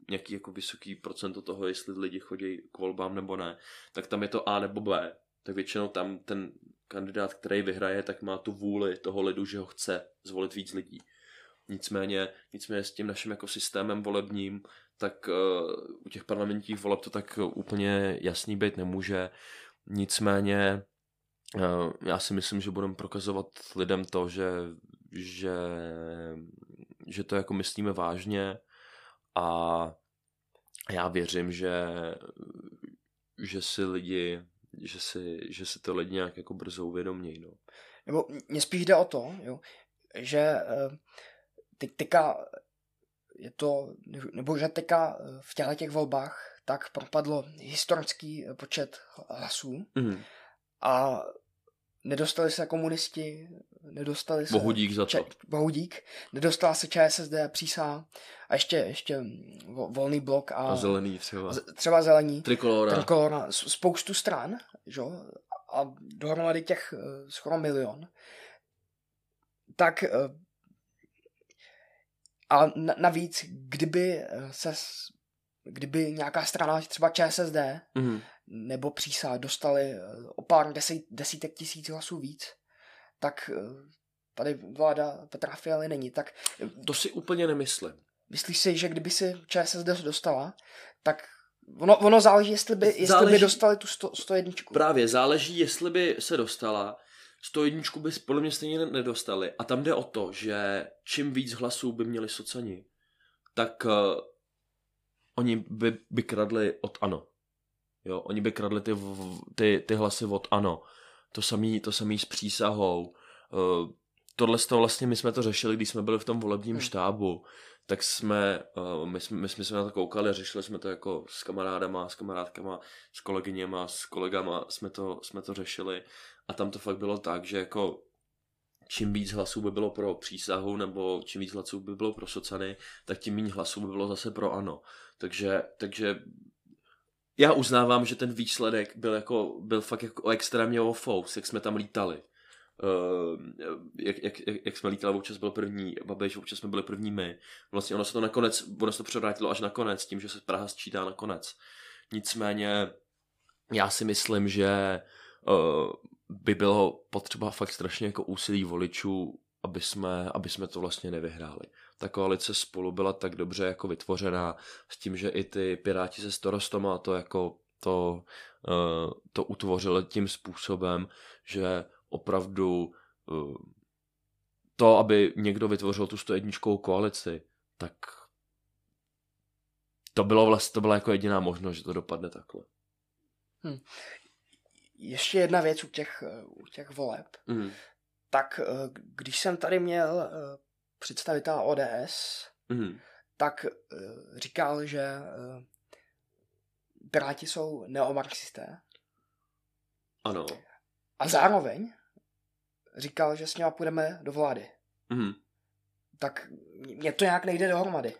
nějaký jako vysoký procento toho, jestli lidi chodí k volbám nebo ne, tak tam je to A nebo B. Tak většinou tam ten kandidát, který vyhraje, tak má tu vůli toho lidu, že ho chce zvolit víc lidí. Nicméně, nicméně s tím naším jako systémem volebním, tak uh, u těch parlamentních voleb to tak úplně jasný být nemůže. Nicméně uh, já si myslím, že budeme prokazovat lidem to, že, že, že to jako myslíme vážně a já věřím, že, že si lidi, že si, že si to lidi nějak jako brzo uvědomí. No.
Nebo mě spíš jde o to, jo, že ty, teďka je to, nebo že teďka v těchto těch volbách tak propadlo historický počet hlasů
mm.
a nedostali se komunisti, nedostali se...
Bohudík za to.
Če, bohudík, nedostala se ČSSD, Přísaha a ještě, ještě Volný blok a...
A Zelený třeba.
Třeba Zelení.
Trikolora.
Trikolora. Spoustu stran, že? A dohromady těch skoro milion. Tak a navíc, kdyby se kdyby nějaká strana, třeba ČSSD
mm.
nebo Přísaha dostali o pár desít, desítek tisíc hlasů víc, tak tady vláda Petra Fialy není. Tak
to si úplně nemyslím.
Myslíš si, že kdyby si ČSSD dostala, tak ono, ono záleží, jestli by, jestli
záleží,
by dostali tu sto, sto jedna.
Právě, záleží, jestli by se dostala, sto jedna by podle mě stejně nedostali. A tam jde o to, že čím víc hlasů by měli socani, tak uh, oni by, by kradli od ANO. Jo, oni by kradli ty, ty, ty hlasy od ANO. To samý, to samý s Přísahou. Uh, tohle z toho vlastně my jsme to řešili, když jsme byli v tom volebním hmm. štábu. Tak jsme, uh, my, jsme, my jsme se na to koukali a řešili jsme to jako s kamarádama, s kamarádkama, s kolegyněma, s kolegama, jsme to, jsme to řešili a tam to fakt bylo tak, že jako čím víc hlasů by bylo pro Přísahu nebo čím víc hlasů by bylo pro socany, tak tím méně hlasů by bylo zase pro ANO. Takže, takže já uznávám, že ten výsledek byl, jako, byl fakt jako extrémně ofous, jak jsme tam lítali. Uh, jak, jak, jak jsme lítali, občas byl první Babiš, občas jsme byli první my. Vlastně ono se to nakonec, ono se to převrátilo až nakonec, tím, že se Praha sčítá nakonec. Nicméně já si myslím, že uh, by bylo potřeba fakt strašně jako úsilí voličů, aby jsme, aby jsme to vlastně nevyhráli. Ta koalice Spolu byla tak dobře jako vytvořená s tím, že i ty Piráti se starostama to jako to, uh, to utvořili tím způsobem, že opravdu uh, to, aby někdo vytvořil tu sto jedna koalici, tak to bylo vlastně, to byla jako jediná možnost, že to dopadne takhle.
Hmm. Ještě jedna věc u těch, u těch voleb.
Hmm.
Tak když jsem tady měl představitel O D S,
hmm.
tak říkal, že Piráti jsou neomarxisté.
Ano.
A zároveň říkal, že s ním půjdeme do vlády.
Mm.
Tak mně to nějak nejde dohromady.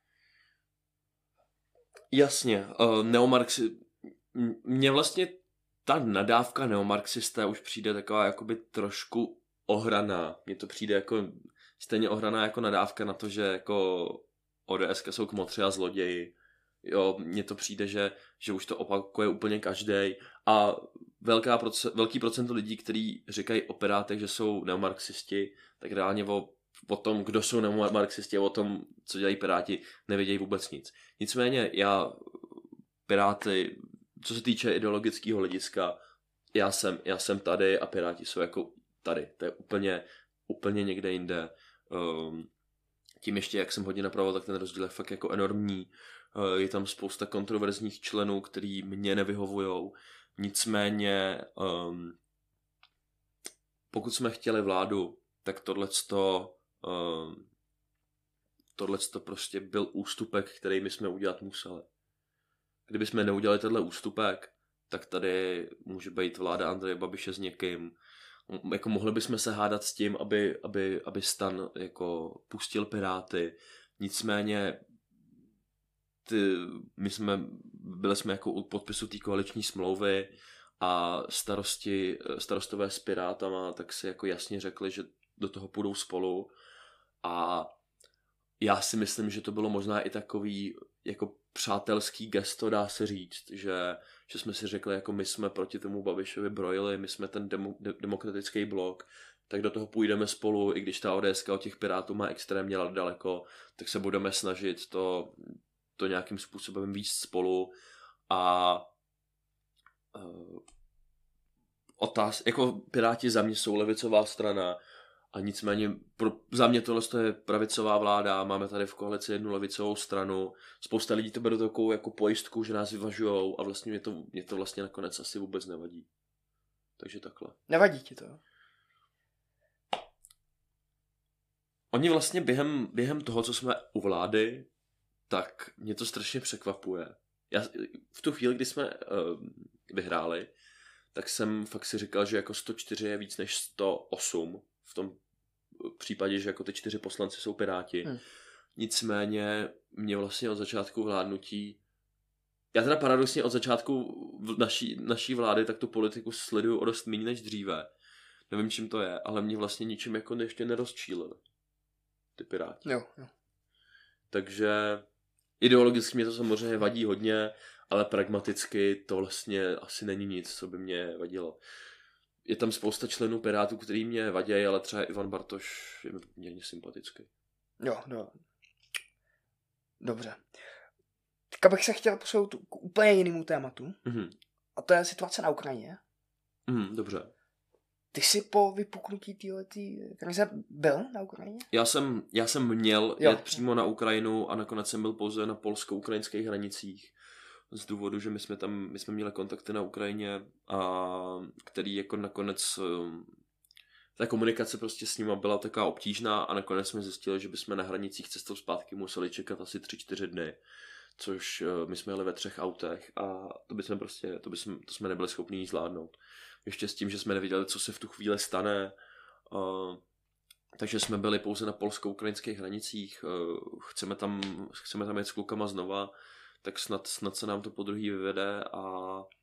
Jasně. Uh, neomarxi... Mně vlastně ta nadávka neomarxista už přijde taková jakoby trošku ohraná. Mně to přijde jako stejně ohraná jako nadávka na to, že jako O D S jsou kmotři a zloději. Jo, mně to přijde, že, že už to opakuje úplně každej a velká proce, velký procent lidí, kteří říkají o Pirátech, že jsou neomarxisti, tak reálně o, o tom, kdo jsou neomarxisti a o tom, co dělají Piráti, nevědějí vůbec nic. Nicméně já Piráty, co se týče ideologického hlediska, já jsem, já jsem tady a Piráti jsou jako tady. To je úplně, úplně někde jinde. Um, tím ještě, jak jsem hodně napravoval, tak ten rozdíl je fakt jako enormní. Je tam spousta kontroverzních členů, který mě nevyhovujou. Nicméně, um, pokud jsme chtěli vládu, tak tohleto, um, tohleto prostě byl ústupek, který my jsme udělat museli. Kdyby jsme neudělali tenhle ústupek, tak tady může být vláda Andreje Babiše s někým. Jako mohli bychom se hádat s tím, aby, aby, aby STAN jako pustil Piráty. Nicméně ty, my jsme, byli jsme jako u podpisu té koaliční smlouvy a starosti, starostové s Pirátama tak si jako jasně řekli, že do toho půjdou spolu a já si myslím, že to bylo možná i takový jako přátelský gesto, dá se říct, že, že jsme si řekli, jako my jsme proti tomu Babišovi brojili, my jsme ten demo, de, demokratický blok, tak do toho půjdeme spolu, i když ta ODSka od těch Pirátů má extrémně daleko, tak se budeme snažit to, to nějakým způsobem víc spolu a uh, otáz, jako Piráti za mě jsou levicová strana a nicméně pro, za mě tohle je pravicová vláda, máme tady v koalici jednu levicovou stranu, spousta lidí to beru takovou jako pojistku, že nás vyvažujou a vlastně mě to, mě to vlastně nakonec asi vůbec nevadí. Takže takhle.
Nevadí ti to?
Oni vlastně během, během toho, co jsme u vlády, tak mě to strašně překvapuje. Já v tu chvíli, kdy jsme uh, vyhráli, tak jsem fakt si říkal, že jako sto čtyři je víc než sto osm v tom případě, že jako ty čtyři poslanci jsou Piráti. Hmm. Nicméně mě vlastně od začátku vládnutí, já teda paradoxně od začátku naší, naší vlády tak tu politiku sleduju o dost méně než dříve. Nevím, čím to je, ale mě vlastně ničím jako ještě nerozčílili ty Piráti.
Jo, jo.
Takže ideologicky mě to samozřejmě vadí hodně, ale pragmaticky to vlastně asi není nic, co by mě vadilo. Je tam spousta členů Pirátů, který mě vadí, ale třeba Ivan Bartoš je mi poměrně sympatický.
Jo, no. Dobře. Tak bych se chtěl posunout k úplně jinému tématu.
Mm-hmm.
A to je situace na Ukrajině.
Mm, dobře.
Ty jsi po vypuknutí této krize byl na Ukrajině?
Já jsem, já jsem měl
jo.
jet přímo na Ukrajinu a nakonec jsem byl pouze na polsko-ukrajinských hranicích. Z důvodu, že my jsme tam, my jsme měli kontakty na Ukrajině a který jako nakonec ta komunikace prostě s nima byla taková obtížná a nakonec jsme zjistili, že bychom na hranicích cestou zpátky museli čekat asi tři čtyři dny, což my jsme jeli ve třech autech a to bychom prostě, to, bychom, to jsme nebyli schopni zvládnout. Ještě s tím, že jsme nevěděli, co se v tu chvíli stane, uh, takže jsme byli pouze na polsko-ukrajinských hranicích, uh, chceme tam, chceme tam jet s klukama znova, tak snad, snad se nám to podruhý vyvede a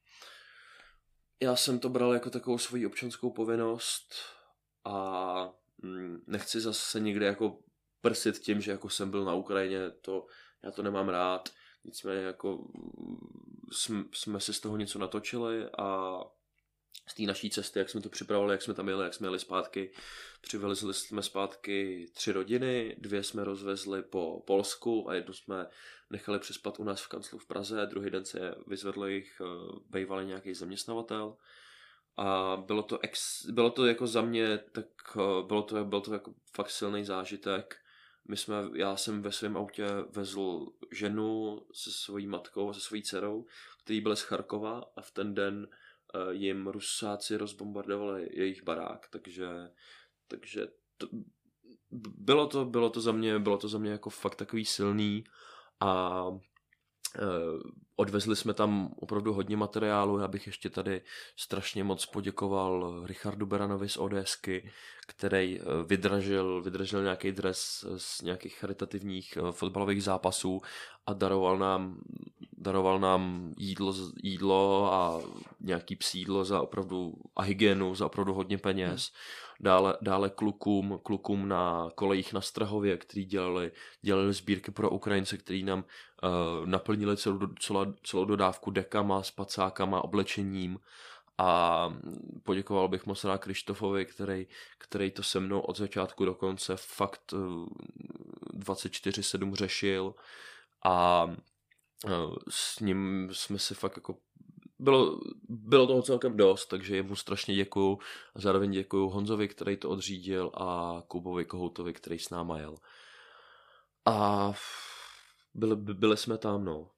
já jsem to bral jako takovou svoji občanskou povinnost a mm, nechci zase někde jako prsit tím, že jako jsem byl na Ukrajině, to, já to nemám rád, nicméně jako jsme, jsme si z toho něco natočili a z té naší cesty, jak jsme to připravovali, jak jsme tam jeli, jak jsme jeli zpátky, přivezli jsme zpátky tři rodiny, dvě jsme rozvezli po Polsku a jednu jsme nechali přespat u nás v kanclu v Praze, druhý den se vyzvedl jich bývalý nějaký zaměstnavatel a bylo to, ex, bylo to jako za mě, tak bylo to, bylo to jako fakt silný zážitek. My jsme, já jsem ve svém autě vezl ženu se svojí matkou a se svojí dcerou, který byli z Charkova a v ten den jim Rusáci rozbombardovali jejich barák, takže, takže to, bylo, to, bylo, to za mě, bylo to za mě jako fakt takový silný a eh, odvezli jsme tam opravdu hodně materiálu. Já bych ještě tady strašně moc poděkoval Richardu Beranovi z ODSky, který vydražil, vydražil nějaký dres z nějakých charitativních fotbalových zápasů a daroval nám, daroval nám jídlo, jídlo a nějaký psídlo za opravdu a hygienu za opravdu hodně peněz. Dále, dále klukům, klukům na kolejích na Strahově, který dělali, dělali sbírky pro Ukrajince, který nám uh, naplnili celou, celou, celou dodávku dekama, spacákama, oblečením a poděkoval bych moc rád Krištofovi, který, který to se mnou od začátku do konce fakt uh, dvacet čtyři sedm řešil a uh, s ním jsme si fakt jako Bylo, bylo toho celkem dost, takže jemu strašně děkuju. A zároveň děkuju Honzovi, který to odřídil a Kubovi Kohoutovi, který s náma jel. A byli, byli jsme tam, no.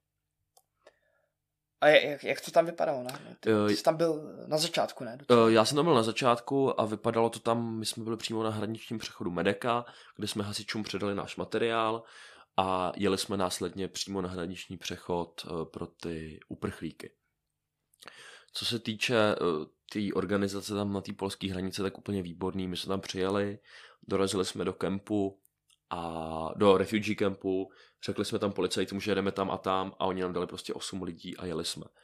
A jak, jak to tam vypadalo, ne? Ty, ty jsi tam byl na začátku, ne?
Uh, já jsem tam byl na začátku a vypadalo to tam, my jsme byli přímo na hraničním přechodu Medeka, kde jsme hasičům předali náš materiál a jeli jsme následně přímo na hraniční přechod uh, pro ty uprchlíky. Co se týče uh, té tý organizace tam na té polské hranice, tak úplně výborný. My jsme tam přijeli, dorazili jsme do kempu a do refugee kempu, řekli jsme tam policajtům, že jedeme tam a tam a oni nám dali prostě osm lidí a jeli jsme.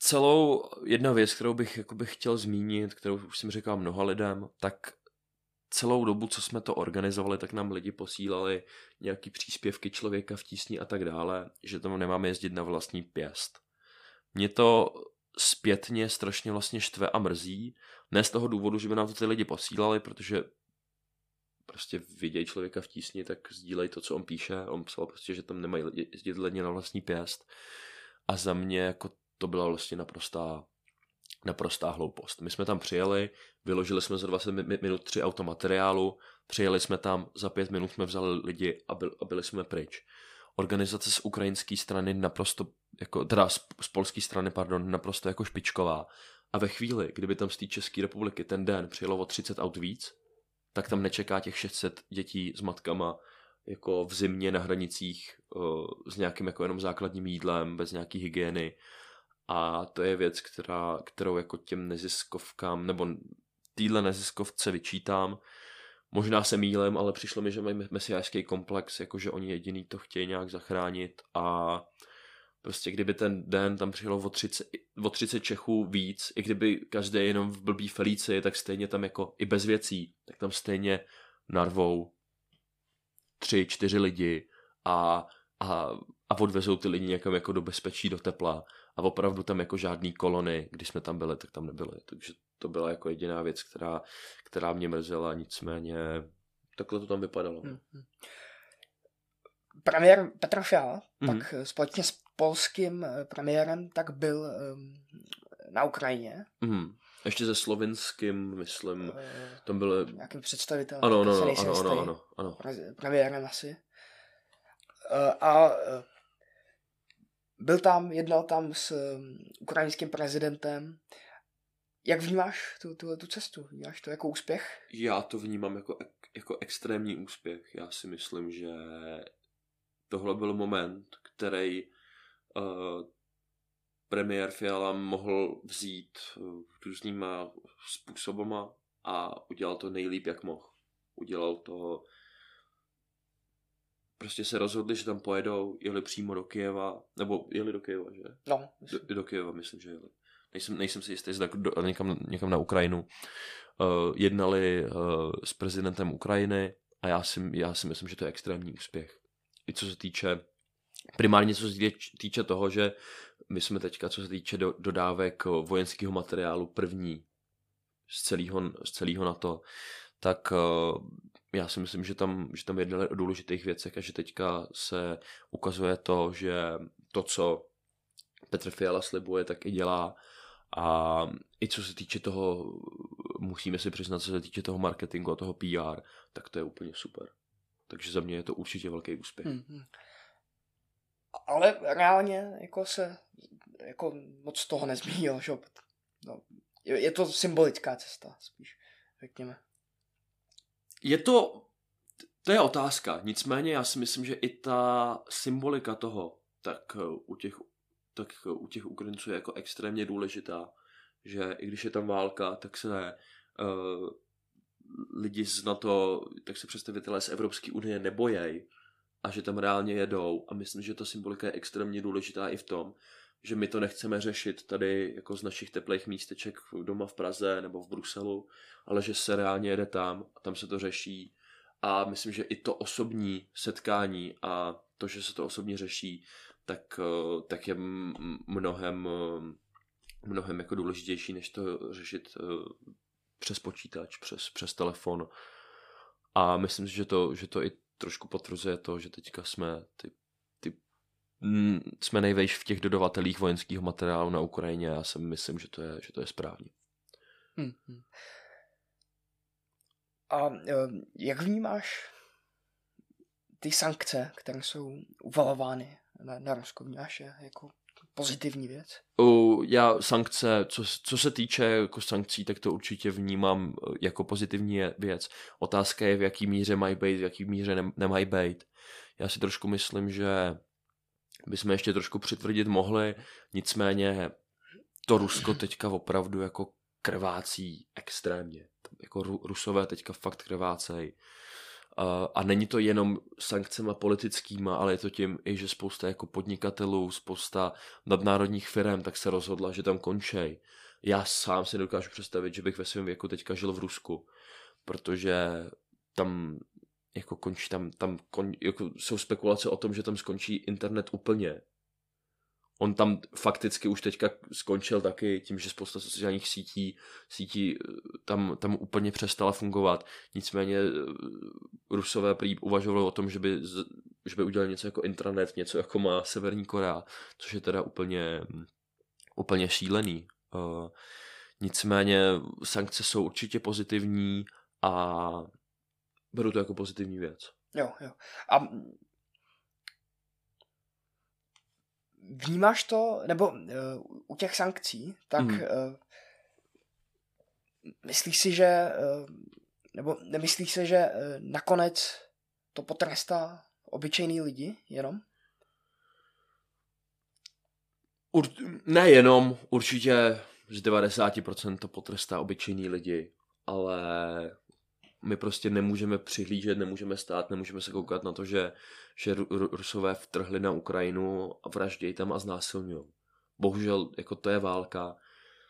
Celou jedna věc, kterou bych jakoby chtěl zmínit, kterou už jsem říkal mnoha lidem, tak celou dobu, co jsme to organizovali, tak nám lidi posílali nějaký příspěvky Člověka v tísni a tak dále, že tam nemáme jezdit na vlastní pěst. Mě to zpětně strašně vlastně štve a mrzí. Ne z toho důvodu, že by nám to ty lidi posílali, protože prostě vidějí Člověka v tísni, tak sdílej to, co on píše. On psal prostě, že tam nemají lidi, jezdit lidi na vlastní pěst. A za mě jako to byla vlastně naprostá, naprostá hloupost. My jsme tam přijeli, vyložili jsme za dvacet minut tři auto materiálu, přijeli jsme tam, za pět minut jsme vzali lidi a, byl, a byli jsme pryč. Organizace z ukrajinské strany naprosto, jako, teda z, z polské strany, pardon, naprosto jako špičková. A ve chvíli, kdyby tam z té České republiky ten den přijelo o třicet aut víc, tak tam nečeká těch šest set dětí s matkama jako v zimě na hranicích uh, s nějakým jako jenom základním jídlem, bez nějaký hygieny. A to je věc, která, kterou jako těm neziskovkám, nebo týhle neziskovce vyčítám. Možná se mýlím, ale přišlo mi, že mají mesiářský komplex, jakože oni jediný to chtějí nějak zachránit a prostě kdyby ten den tam přijelo o třicet, o třicet Čechů víc, i kdyby každý jenom v blbý Felici, tak stejně tam jako i bez věcí, tak tam stejně narvou tři, čtyři lidi a, a, a odvezou ty lidi někam jako do bezpečí, do tepla a opravdu tam jako žádný kolony, když jsme tam byli, tak tam nebyly, takže to byla jako jediná věc, která, která mě mrzela, nicméně takhle to tam vypadalo. Mm-hmm.
Premiér Petr Fiala, mm-hmm. tak společně s polským premiérem, tak byl um, na Ukrajině.
Mm-hmm. Ještě se slovinským, myslím, tam byly...
Nějakým představitelem.
Ano, ano, ano, ano, ano, ano, ano.
Premiérem asi. A byl tam, jednal tam s ukrajinským prezidentem. Jak vnímáš tu, tu, tu cestu? Vnímáš to jako úspěch?
Já to vnímám jako, jako extrémní úspěch. Já si myslím, že tohle byl moment, který uh, premiér Fiala mohl vzít uh, různýma způsobama a udělal to nejlíp, jak mohl. Udělal to... Prostě se rozhodli, že tam pojedou, jeli přímo do Kyjeva, nebo jeli do Kyjeva, že?
No.
Do, do Kyjeva, myslím, že jeli. Nejsem, nejsem si jistý, zda do, někam, někam na Ukrajinu. Uh, jednali uh, s prezidentem Ukrajiny a já si, já si myslím, že to je extrémní úspěch. I co se týče, primárně co se týče toho, že my jsme teďka, co se týče do, dodávek vojenského materiálu první z celého, z celého NATO, tak uh, já si myslím, že tam, že tam jednali o důležitých věcech a že teďka se ukazuje to, že to, co Petr Fiala slibuje, tak i dělá. A i co se týče toho, musíme si přiznat, co se týče toho marketingu a toho P R, tak to je úplně super. Takže za mě je to určitě velký úspěch. Hmm.
Ale reálně jako se jako moc toho nezmínil, že? No, je, je to symbolická cesta spíš, řekněme.
Je to, to je otázka, nicméně já si myslím, že i ta symbolika toho, tak u těch, tak u těch Ukrajinců je jako extrémně důležitá, že i když je tam válka, tak se uh, lidi z NATO, tak se představitelé z Evropské unie nebojejí a že tam reálně jedou a myslím, že ta symbolika je extrémně důležitá i v tom, že my to nechceme řešit tady jako z našich teplých místeček doma v Praze nebo v Bruselu, ale že se reálně jede tam a tam se to řeší a myslím, že i to osobní setkání a to, že se to osobně řeší, tak, tak je mnohem, mnohem jako důležitější, než to řešit přes počítač, přes, přes telefon. A myslím si, že to, že to i trošku potvrzuje to, že teďka jsme ty, ty mm, jsme nejvejš v těch dodavatelích vojenského materiálu na Ukrajině a já si myslím, že to je, že to je správně.
Hmm. A jak vnímáš ty sankce, které jsou uvalovány na, na Rusko? Vnímáš je jako pozitivní věc?
Uh, já sankce, co, co se týče jako sankcí, tak to určitě vnímám jako pozitivní věc. Otázka je, v jaký míře mají být, v jaký míře ne, nemají být. Já si trošku myslím, že bychom ještě trošku přitvrdit mohli, nicméně to Rusko teďka opravdu jako krvácí extrémně. Jako Rusové teďka fakt krvácej. A není to jenom sankcema politickýma, ale je to tím i, že spousta jako podnikatelů, spousta nadnárodních firem tak se rozhodla, že tam končej. Já sám si dokážu představit, že bych ve svém věku teďka žil v Rusku. protože tam jako končí, tam, tam kon, jako jsou spekulace o tom, že tam skončí internet úplně. On tam fakticky už teďka skončil taky tím, že spousta sociálních sítí, sítí tam, tam úplně přestala fungovat. Nicméně Rusové prý uvažovali o tom, že by, že by udělali něco jako intranet, něco jako má Severní Korea, což je teda úplně, úplně šílený. Uh, nicméně sankce jsou určitě pozitivní a beru to jako pozitivní věc.
Jo, jo. A vnímáš to, nebo uh, u těch sankcí, tak mm. uh, myslíš si, že, uh, nebo nemyslíš si, že uh, nakonec to potrestá obyčejný lidi jenom?
Ur- nejenom, určitě z devadesát procent to potrestá obyčejný lidi, ale my prostě nemůžeme přihlížet, nemůžeme stát, nemůžeme se koukat na to, že, že Rusové vtrhli na Ukrajinu a vraždějí tam a znásilňují. Bohužel, jako to je válka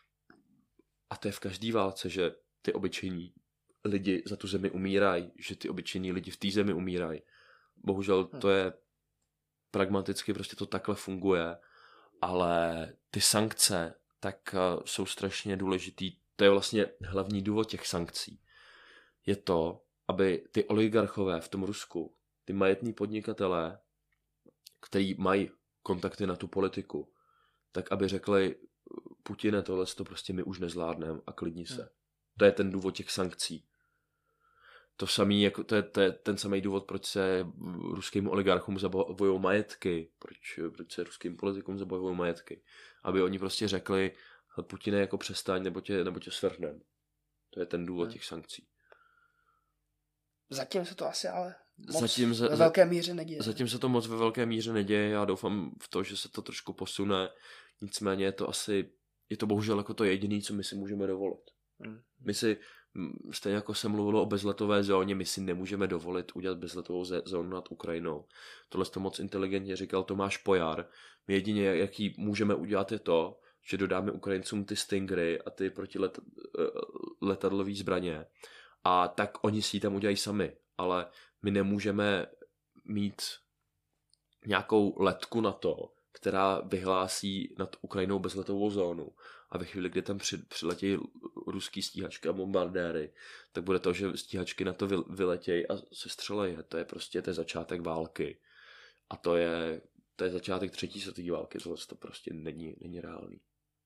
a to je v každé válce, že ty obyčejní lidi za tu zemi umírají, že ty obyčejní lidi v té zemi umírají. Bohužel to je pragmaticky, prostě to takhle funguje, ale ty sankce tak jsou strašně důležitý. To je vlastně hlavní důvod těch sankcí. Je to, aby ty oligarchové v tom Rusku, ty majetní podnikatelé, který mají kontakty na tu politiku, tak aby řekli, Putine, tohle to prostě my už nezvládneme a klidni se. Hmm. To je ten důvod těch sankcí. To samý, jako, to, je, to je ten samý důvod, proč se ruským oligarchům zabavují majetky, proč, proč se ruským politikům zabavují majetky. Aby oni prostě řekli, Putine, jako přestaň, nebo tě, nebo tě svrhnem. To je ten důvod hmm. těch sankcí.
Zatím se to asi ale moc
zatím za,
ve velké míře neděje.
Zatím se to moc ve velké míře neděje, já doufám v to, že se to trošku posune, nicméně je to asi, je to bohužel jako to jediné, co my si můžeme dovolit. Hmm. My si, stejně jako se mluvilo o bezletové zóně, my si nemůžeme dovolit udělat bezletovou zónu nad Ukrajinou. Tohle to moc inteligentně říkal Tomáš Pojar. My jedině, jaký můžeme udělat, je to, že dodáme Ukrajincům ty Stingery a ty protiletadlové zbraně. A tak oni si ji tam udělají sami, ale my nemůžeme mít nějakou letku na to, která vyhlásí nad Ukrajinou bezletovou zónu. A ve chvíli, kdy tam při, přiletějí ruský stíhačky a bombardéry, tak bude to, že stíhačky na to vyletějí a se střelejí. To je prostě to je začátek války. A to je, to je začátek třetí světové války. Tohle to prostě není, není reálný.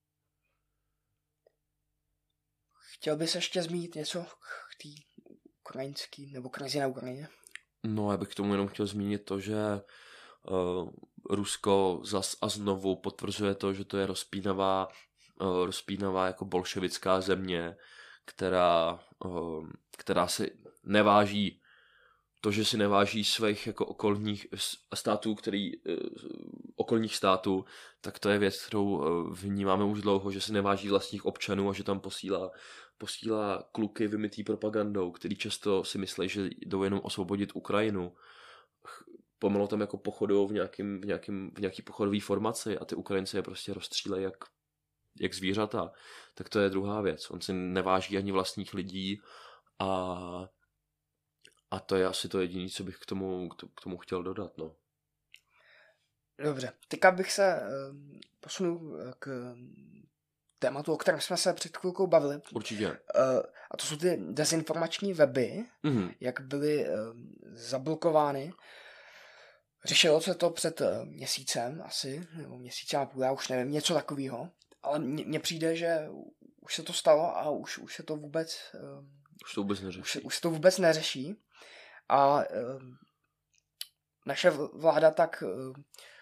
Chtěl bys ještě zmínit něco k té ukrajinské nebo krizi na Ukrajině?
No, já bych k tomu jenom chtěl zmínit to, že uh, Rusko zas a znovu potvrzuje to, že to je rozpínavá, uh, rozpínavá jako bolševická země, která, uh, která si neváží to, že si neváží svých jako okolních států, který, uh, okolních států, tak to je věc, kterou uh, vnímáme už dlouho, že si neváží vlastních občanů a že tam posílá posílá kluky vymytý propagandou, který často si myslí, že jdou jenom osvobodit Ukrajinu. Pomalu tam jako pochodují v, nějakým, v, nějakým, v nějaký pochodové formaci a ty Ukrajinci je prostě rozstřílejí jak, jak zvířata. Tak to je druhá věc. On si neváží ani vlastních lidí a, a to je asi to jediné, co bych k tomu, k tomu chtěl dodat. No.
Dobře, teďka bych se uh, posunul k tématu, o kterém jsme se před chvilkou bavili.
Určitě. Uh,
a to jsou ty dezinformační weby, mm-hmm. jak byly uh, zablokovány. Řešilo se to před uh, měsícem asi, nebo měsícem a půl, já už nevím, něco takového. Ale mně přijde, že už se to stalo a už, už se to vůbec uh,
už to vůbec neřeší.
Už, už se to vůbec neřeší. A uh, naše vláda tak uh,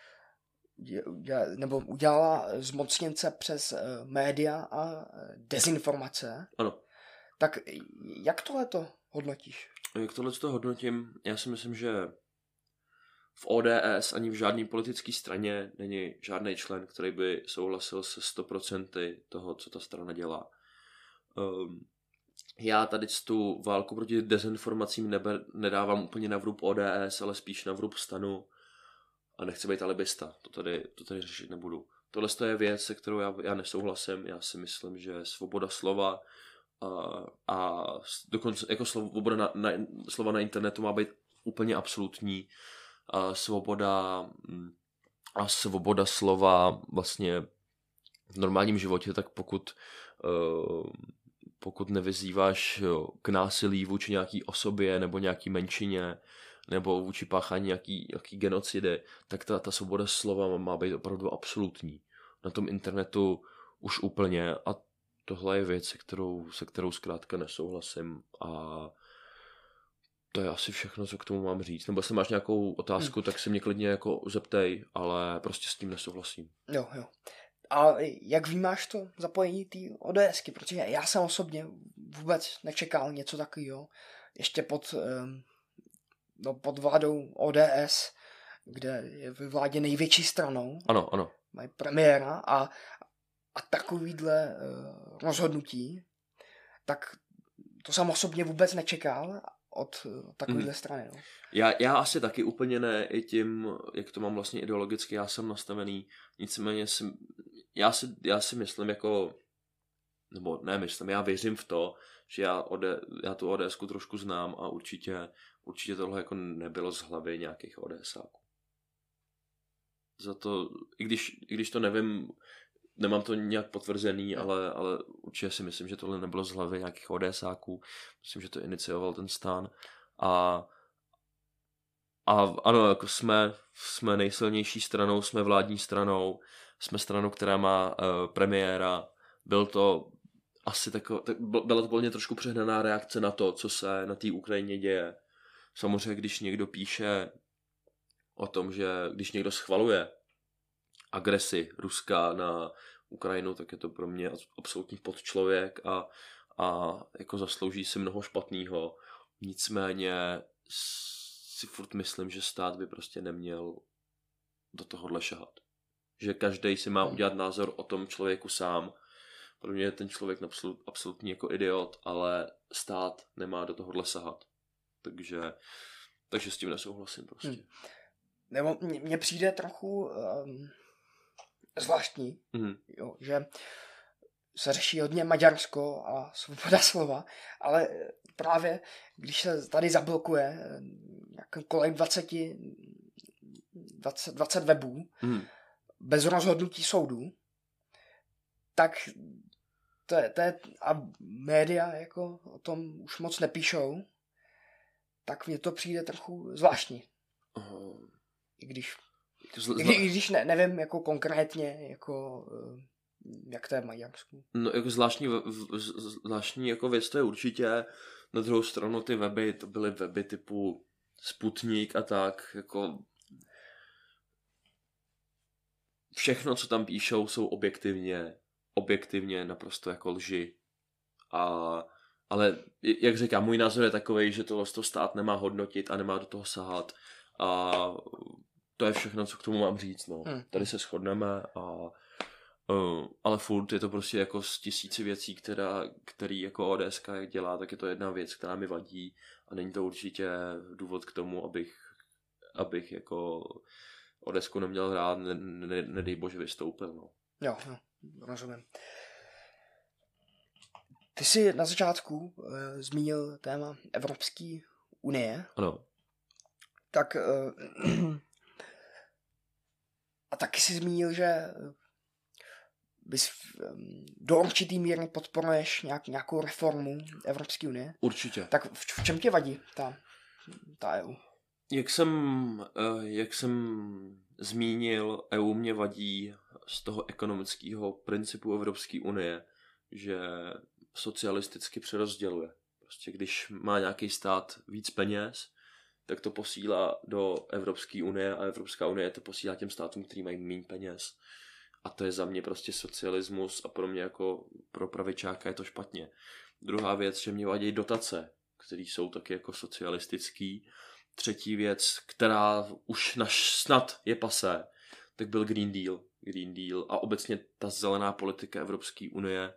nebo udělala zmocněnce přes uh, média a dezinformace.
Ano.
Tak jak tohleto hodnotíš?
Jak tohleto hodnotím? Já si myslím, že v O D S ani v žádné politické straně není žádný člen, který by souhlasil se sto procent toho, co ta strana dělá. Um, já tady tu válku proti dezinformacím neber, nedávám úplně na vrub O D S, ale spíš na vrub stanu. A nechci být alibista, to tady, to tady řešit nebudu. Tohle je věc, se kterou já, já nesouhlasím. Já si myslím, že svoboda slova a, a dokonce jako svoboda na, na, slova na internetu má být úplně absolutní. A svoboda a svoboda slova vlastně v normálním životě, tak pokud uh, pokud nevyzýváš k násilí vůči nějaký osobě nebo nějaký menšině nebo vůči páchání nějaký, nějaký genocidy, tak ta, ta svoboda slova má být opravdu absolutní. Na tom internetu už úplně a tohle je věc, se kterou, se kterou zkrátka nesouhlasím a to je asi všechno, co k tomu mám říct. Nebo jestli máš nějakou otázku, hmm. tak si mě klidně jako zeptej, ale prostě s tím nesouhlasím.
Jo, jo. A jak vnímáš to zapojení té ODSky? Protože já jsem osobně vůbec nečekal něco takového. Ještě pod, no, pod vládou O D S, kde je ve vládě největší stranou.
Ano, ano.
Mají premiéra a, a takovýhle uh, rozhodnutí, tak to jsem osobně vůbec nečekal od takovéhle hmm. strany. No.
Já, já asi taky úplně ne, i tím, jak to mám vlastně ideologicky, já jsem nastavený, nicméně si, já, si, já si myslím jako, nebo ne myslím, já věřím v to, že já, ode, já tu ODSku trošku znám a určitě, určitě tohle jako nebylo z hlavy nějakých ODSáků. Za to, i když, i když to nevím, nemám to nějak potvrzený, ale, ale určitě si myslím, že tohle nebylo z hlavy nějakých ODSáků. Myslím, že to inicioval ten stan. A, a ano, jako jsme, jsme nejsilnější stranou, jsme vládní stranou, jsme stranou, která má uh, premiéra. Byl to asi tako, tak, byla to plně trošku přehnaná reakce na to, co se na té Ukrajině děje. Samozřejmě, když někdo píše o tom, že když někdo schvaluje agresi Ruska na Ukrajinu, tak je to pro mě absolutní podčlověk a, a jako zaslouží si mnoho špatného. Nicméně si furt myslím, že stát by prostě neměl do tohohle šahat. Že každej si má udělat názor o tom člověku sám. Pro mě je ten člověk absolut, absolutní jako idiot, ale stát nemá do tohohle sahat. Takže, takže s tím nesouhlasím prostě. Hmm.
Nebo mně přijde trochu um, zvláštní, mm. jo, že se řeší hodně Maďarsko a svoboda slova, ale právě když se tady zablokuje kolem dvacet, dvacet, dvacet webů mm. bez rozhodnutí soudů, tak to je, to je, a média jako o tom už moc nepíšou, tak mně to přijde trochu zvláštní. Uh. I když, Zl- i, i když ne, nevím jako konkrétně, jako, jak to je v Maďarsku.
No jako zvláštní, zvláštní jako věc to je určitě. Na druhou stranu ty weby, to byly weby typu Sputnik a tak, jako všechno, co tam píšou, jsou objektivně, objektivně naprosto jako lži. A, ale jak říkám, můj názor je takovej, že tohle to stát nemá hodnotit a nemá do toho sahat. A to je všechno, co k tomu mám říct, no. Hmm. Tady se shodneme a uh, ale furt je to prostě jako z tisíci věcí, která, který jako ODSka dělá, tak je to jedna věc, která mi vadí a není to určitě důvod k tomu, abych, abych jako ODSku neměl rád, ne, ne, nedej bože vystoupil, no.
Jo, jo, rozumím. Ty jsi na začátku uh, zmínil téma Evropské unie.
Ano.
Tak uh, a taky si zmínil, že bys um, do určitý míry podporuješ nějak, nějakou reformu Evropské unie.
Určitě.
Tak v, v čem tě vadí ta, ta E U?
Jak jsem, uh, jak jsem zmínil, E U mě vadí z toho ekonomického principu Evropské unie, že socialisticky přerozděluje. Prostě když má nějaký stát víc peněz, tak to posílá do Evropské unie a Evropská unie to posílá těm státům, který mají méně peněz. A to je za mě prostě socialismus a pro mě jako pro pravičáka je to špatně. Druhá věc, že mě vadí dotace, které jsou taky jako socialistický. Třetí věc, která už naš snad je pasé, tak byl Green Deal. Green Deal a obecně ta zelená politika Evropské unie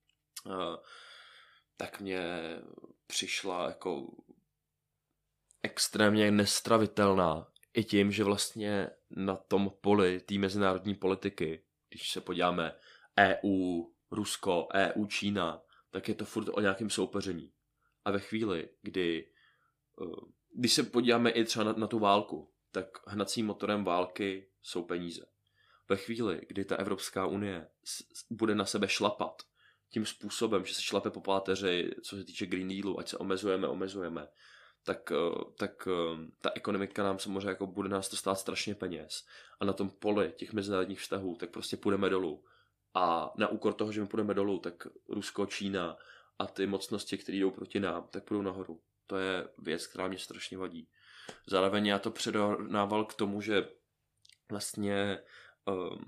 tak mě přišla jako extrémně nestravitelná. I tím, že vlastně na tom poli té mezinárodní politiky, když se podíváme E U, Rusko, E U, Čína, tak je to furt o nějakém soupeření. A ve chvíli, kdy, když se podíváme i třeba na, na tu válku, tak hnacím motorem války jsou peníze. Ve chvíli, kdy ta Evropská unie bude na sebe šlapat tím způsobem, že se šlape po páteři, co se týče Green Dealu, ať se omezujeme, omezujeme, tak, tak ta ekonomika nám samozřejmě jako bude nás to stát strašně peněz. A na tom poli těch mezinárodních vztahů, tak prostě půjdeme dolů. A na úkor toho, že my půjdeme dolů, tak Rusko, Čína a ty mocnosti, které jdou proti nám, tak půjdou nahoru. To je věc, která mě strašně vadí. Zároveň já to předával k tomu, že vlastně um,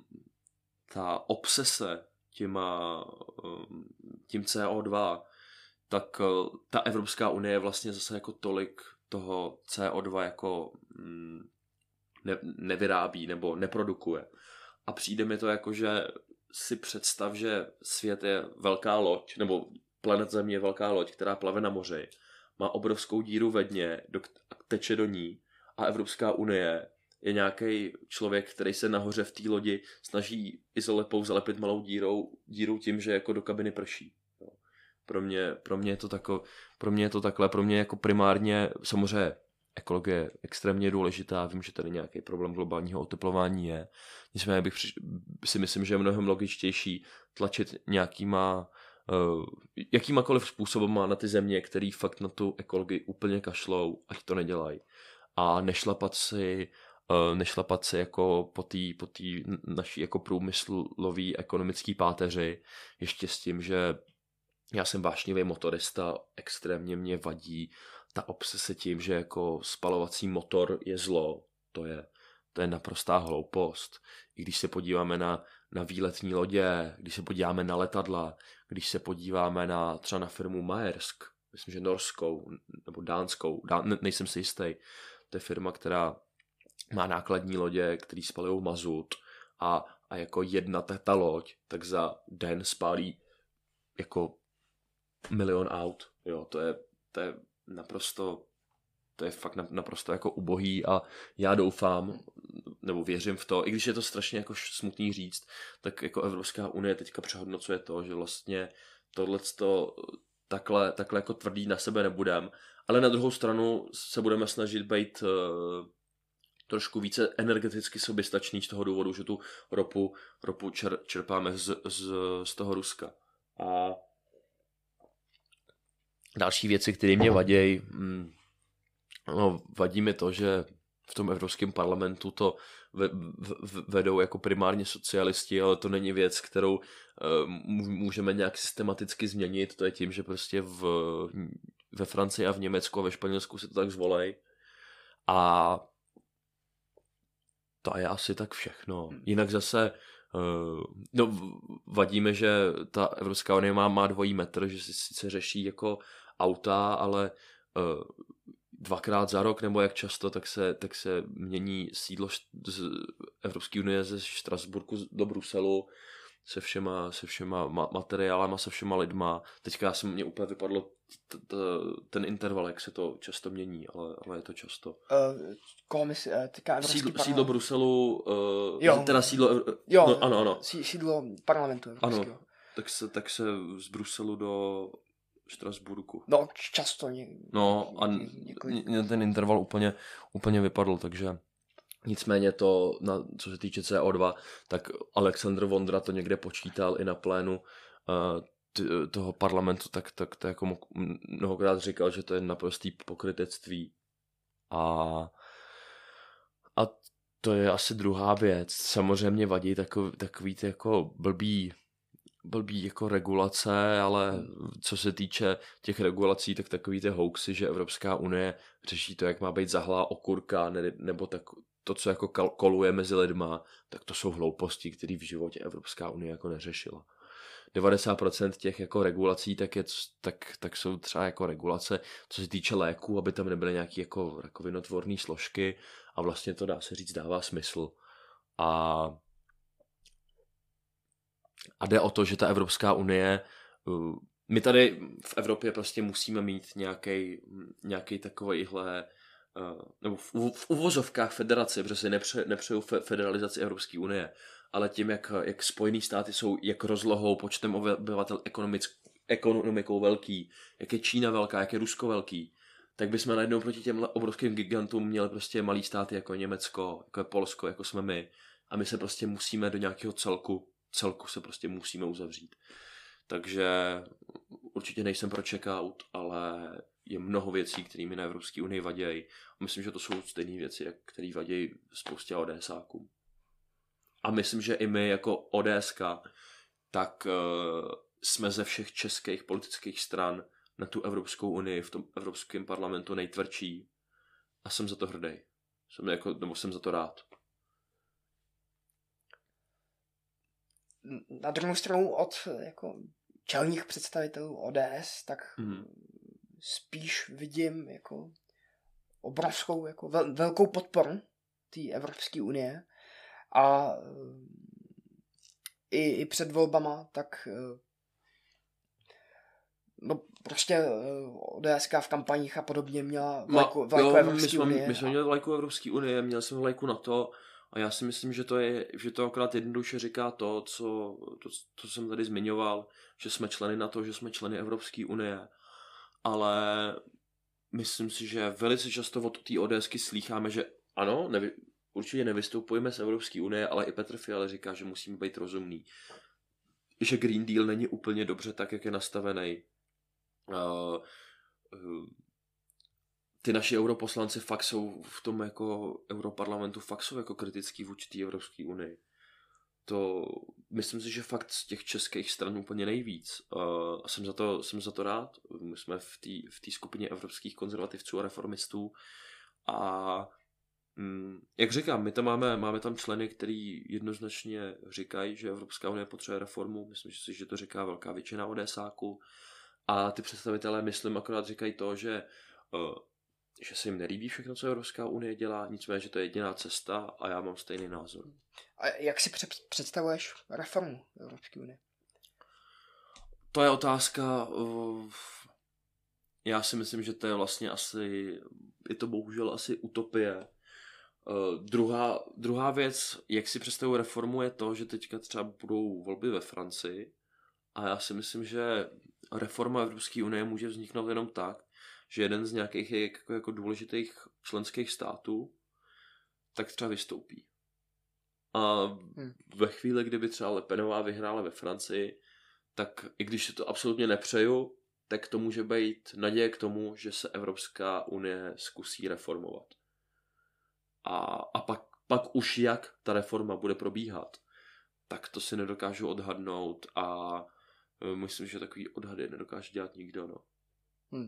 ta obsese těma, um, tím C O dva, tak uh, ta Evropská unie vlastně zase jako tolik toho C O dva jako um, ne, nevyrábí nebo neprodukuje. A přijde mi to jako, že si představ, že svět je velká loď, nebo planet Země je velká loď, která plave na moři, má obrovskou díru ve dně, do, teče do ní a Evropská unie je nějaký člověk, který se nahoře v té lodi snaží izolepou zalepit malou dírou, dírou tím, že jako do kabiny prší. Jo. Pro mě, pro mě je to tako, pro mě je to takhle, pro mě jako primárně, samozřejmě ekologie je extrémně důležitá, vím, že tady nějaký problém globálního oteplování je. Nicméně bych při, si myslím, že je mnohem logičtější tlačit nějakýma Uh, jakýmakoliv způsobem na ty země, který fakt na tu ekologii úplně kašlou, ať to nedělají. A nešlapat si, uh, nešlapat si jako po té po tý naší jako průmyslový ekonomický páteři, ještě s tím, že já jsem vášnivý motorista, extrémně mě vadí ta obsese tím, že jako spalovací motor je zlo, to je, to je naprostá hloupost. I když se podíváme na na výletní lodě, když se podíváme na letadla, když se podíváme na třeba na firmu Maersk, myslím, že norskou nebo dánskou, dán, nejsem si jistý, to je firma, která má nákladní lodě, který spalují mazut a, a jako jedna ta loď, tak za den spálí jako milion aut. Jo, to je, to je naprosto to je fakt naprosto jako ubohý a já doufám, nebo věřím v to, i když je to strašně jako smutný říct, tak jako Evropská unie teďka přehodnocuje to, že vlastně tohleto takhle, takhle jako tvrdý na sebe nebudem, ale na druhou stranu se budeme snažit být uh, trošku více energeticky soběstačný z toho důvodu, že tu ropu, ropu čer, čerpáme z, z, z toho Ruska. A další věci, které mě vadějí, mm, no, vadí mi to, že v tom Evropském parlamentu to ve, v, vedou jako primárně socialisti, ale to není věc, kterou uh, můžeme nějak systematicky změnit. To je tím, že prostě v, ve Francii a v Německu a ve Španělsku se to tak zvolej. A to je asi tak všechno. Jinak zase uh, no, vadíme, že ta Evropská unie má, má dvojí metr, že si sice řeší jako auta, ale uh, dvakrát za rok, nebo jak často, tak se, tak se mění sídlo z Evropské unie ze Štrasburku do Bruselu se všema, se všema materiálama, se všema lidma. Teďka jsem mě úplně vypadlo t- t- ten interval, jak se to často mění, ale, ale je to často.
Uh, koho myslí, uh, teďka Evropský
sídlo,
parlament?
sídlo Bruselu, uh,
jo.
teda sídlo,
jo,
no, ano, ano.
sídlo parlamentu Evropského.
Ano, tak se, tak se z Bruselu do Štrasburku.
No, často. Ně,
no a ně, ten interval úplně, úplně vypadl, takže nicméně to, na, co se týče C O dva, tak Alexandr Vondra to někde počítal i na plénu uh, t, toho parlamentu, tak, tak to jako mnohokrát říkal, že to je naprostý pokrytectví. A, a to je asi druhá věc. Samozřejmě vadí takový, takový ty jako blbý blbý jako regulace, ale co se týče těch regulací, tak takový ty hoaxy, že Evropská unie řeší to, jak má být zahlá okurka, ne, nebo tak to, co jako koluje mezi lidma, tak to jsou hlouposti, které v životě Evropská unie jako neřešila. devadesát procent těch jako regulací tak, je, tak, tak jsou třeba jako regulace, co se týče léků, aby tam nebyly nějaké jako rakovinotvorné složky a vlastně to dá se říct dává smysl. A A jde o to, že ta Evropská unie, my tady v Evropě prostě musíme mít nějaký nějaký takovejhle, nebo v, v uvozovkách federaci, protože si nepře, nepřeju federalizaci Evropské unie, ale tím, jak, jak Spojené státy jsou jak rozlohou, počtem obyvatel, ekonomick, ekonomikou velký, jak je Čína velká, jak je Rusko velký, tak bychom najednou proti těm obrovským gigantům měli prostě malý státy jako Německo, jako je Polsko, jako jsme my. A my se prostě musíme do nějakého celku, celku se prostě musíme uzavřít. Takže určitě nejsem pro checkout, ale je mnoho věcí, které mi na Evropské unii vadějí. Myslím, že to jsou stejné věci, které vadějí spoustě ODSákům. A myslím, že i my jako ODSka, tak uh, jsme ze všech českých politických stran na tu Evropskou unii v tom Evropském parlamentu nejtvrdší. A jsem za to hrdý. Jsem, jako, nebo jsem za to rád.
Na druhou stranu od jako čelních představitelů O D S, tak mm. spíš vidím jako obrovskou, jako vel, velkou podporu té Evropské unie a i, i před volbama, tak no prostě ODSka v kampaních a podobně měla vlajku, vlajku Evropské unie.
My jsme měli vlajku Evropské unie, měli jsme vlajku NATO. A já si myslím, že to je, že to akorát jednoduše říká to, co, to, co jsem tady zmiňoval, že jsme členy NATO, že jsme členy Evropské unie. Ale myslím si, že velice často od té ODSky slýcháme, že ano, nevy, určitě nevystupujeme z Evropské unie, ale i Petr Fiala říká, že musíme být rozumný. Že Green Deal není úplně dobře tak, jak je nastavený. Uh, uh, Ty naši europoslanci fakt jsou v tom jako europarlamentu fakt jsou jako kritický vůči té Evropské unii. To myslím si, že fakt z těch českých stran úplně nejvíc. Uh, a jsem za to, jsem za to rád. My jsme v té v té skupině evropských konzervativců a reformistů a mm, jak říkám, my tam máme, máme tam členy, kteří jednoznačně říkají, že Evropská unie potřebuje reformu. Myslím si, že to říká velká většina ODSáků. A ty představitelé, myslím, akorát říkají to, že uh, že se jim nelíbí všechno, co Evropská unie dělá, nicméně, že to je jediná cesta a já mám stejný názor.
A jak si představuješ reformu Evropské unie?
To je otázka, já si myslím, že to je vlastně asi, je to bohužel asi utopie. Druhá, druhá věc, jak si představuji reformu, je to, že teďka třeba budou volby ve Francii a já si myslím, že reforma Evropské unie může vzniknout jenom tak, že jeden z nějakých jako, jako důležitých členských států tak třeba vystoupí. A ve chvíli, kdyby třeba Le Penová vyhrála ve Francii, tak i když si to absolutně nepřeju, tak to může být naděje k tomu, že se Evropská unie zkusí reformovat. A, a pak, pak už jak ta reforma bude probíhat, tak to si nedokážu odhadnout a myslím, že takový odhady nedokáže dělat nikdo. No.
Hmm.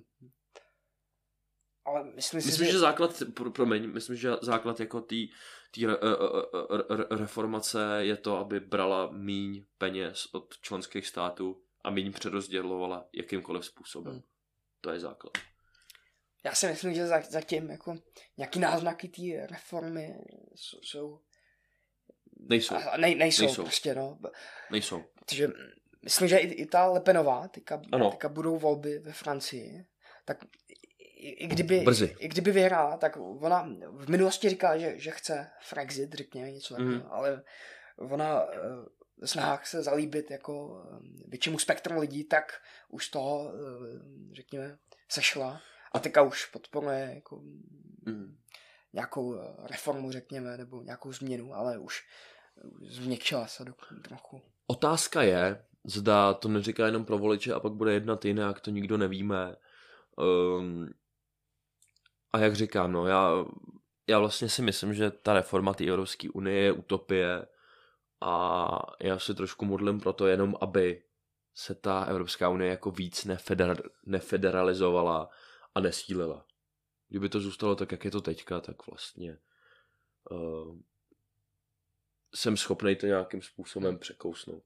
Ale myslím, si,
myslím
že...
že základ, pro, promiň, myslím, že základ jako té re, re, re, reformace je to, aby brala míň peněz od členských států a míň přerozdělovala jakýmkoliv způsobem. Hmm. To je základ.
Já si myslím, že zatím jako nějaký náznaky té reformy jsou...
Nejsou.
Ne, nejsou. Nejsou prostě, no.
Nejsou.
Protože myslím, že i, i ta Le Penová, teďka, teďka budou volby ve Francii, tak i, i, kdyby, i kdyby vyhrála, tak ona v minulosti říkala, že, že chce Frexit, řekněme něco takového, mm. ale ona v snahách se zalíbit jako většímu spektrum lidí, tak už toho, řekněme, sešla a teďka už podporuje jako mm. nějakou reformu, řekněme, nebo nějakou změnu, ale už změkčila se do, trochu.
Otázka je, zda to neříká jenom pro voliče a pak bude jednat jinak, to nikdo nevíme. Um, a jak říkám, no, já, já vlastně si myslím, že ta reforma té Evropské unie je utopie a já se trošku modlím pro to jenom, aby se ta Evropská unie jako víc nefeder, nefederalizovala a nesílila. Kdyby to zůstalo tak, jak je to teďka, tak vlastně uh, jsem schopnej to nějakým způsobem překousnout.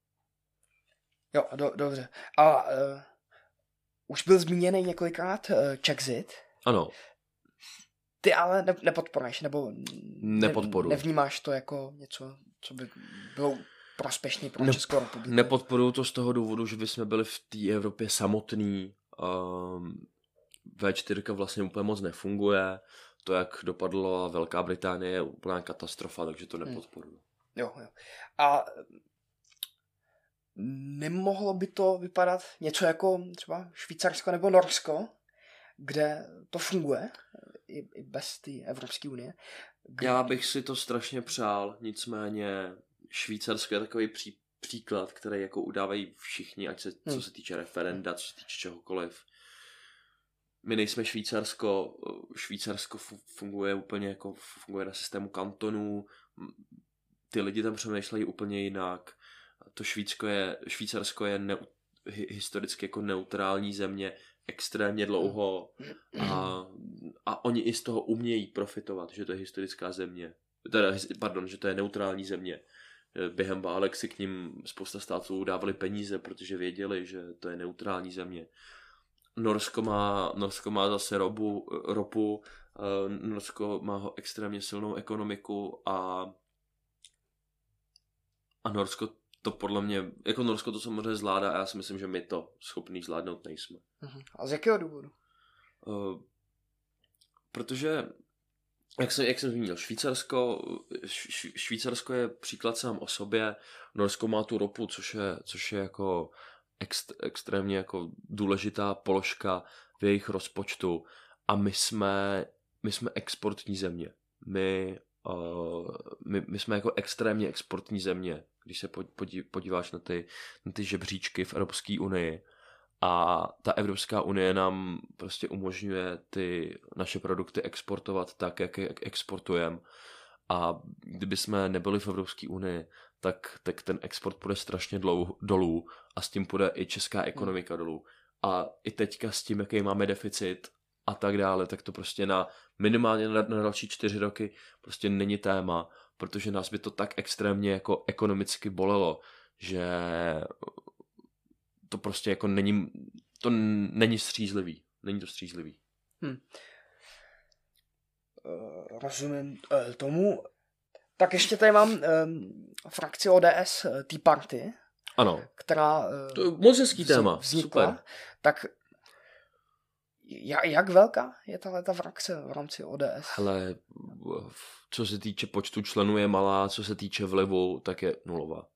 Jo, do, dobře. A uh, už byl zmíněný několikrát uh, Czexit.
Ano.
Ty ale ne, nepodporuješ, nebo
ne,
nevnímáš to jako něco, co by bylo prospěšný pro ne, Českou republiku?
Nepodporuju to z toho důvodu, že bychom byli v té Evropě samotný. Um, vé čtyři vlastně úplně moc nefunguje. To, jak dopadlo Velká Británie, je úplná katastrofa, takže to nepodporuju.
Hmm. Jo, jo. A nemohlo by to vypadat něco jako třeba Švýcarsko nebo Norsko, kde to funguje i, i bez té Evropské unie?
Kde... Já bych si to strašně přál, nicméně Švýcarsko je takový pří, příklad, který jako udávají všichni, ať se, hmm. co se týče referenda, co se týče čehokoliv. My nejsme Švýcarsko, Švýcarsko funguje úplně jako funguje na systému kantonů, ty lidi tam přemýšlejí úplně jinak. To Švýcko je, Švýcarsko je ne, historicky jako neutrální země extrémně dlouho a, a oni i z toho umějí profitovat, že to je historická země. Teda, pardon, že to je neutrální země. Během válek si k ním spousta států dávali peníze, protože věděli, že to je neutrální země. Norsko má, Norsko má zase robu, ropu, Norsko má ho extrémně silnou ekonomiku a, a Norsko to podle mě, jako Norsko to samozřejmě zvládá a já si myslím, že my to schopný zvládnout nejsme.
A z jakého důvodu?
Uh, protože, jak jsem, jak jsem zmínil, Švýcarsko, š, Švýcarsko je příklad sám o sobě, Norsko má tu ropu, což je, což je jako ext, extrémně jako důležitá položka v jejich rozpočtu a my jsme, my jsme exportní země. My, uh, my, my jsme jako extrémně exportní země, když se podíváš na ty, na ty žebříčky v Evropské unii. A ta Evropská unie nám prostě umožňuje ty naše produkty exportovat tak, jak je exportujeme. A kdyby jsme nebyli v Evropské unii, tak, tak ten export půjde strašně dlouho, dolů a s tím půjde i česká ekonomika hmm. dolů. A i teďka s tím, jaký máme deficit a tak dále, tak to prostě na minimálně na, na další čtyři roky prostě není téma, protože nás by to tak extrémně jako ekonomicky bolelo, že to prostě jako není, to není střízlivý. Není to střízlivý.
Hmm. Uh, rozumím uh, tomu. Tak ještě tady mám um, frakci O D S uh, Tea Party.
Ano.
Která uh,
to je moc hezký téma.
Vznikla. Super. Tak jak velká je tato frakce v rámci O D S?
Hele, co se týče počtu členů je malá, co se týče vlivu, tak je nulová.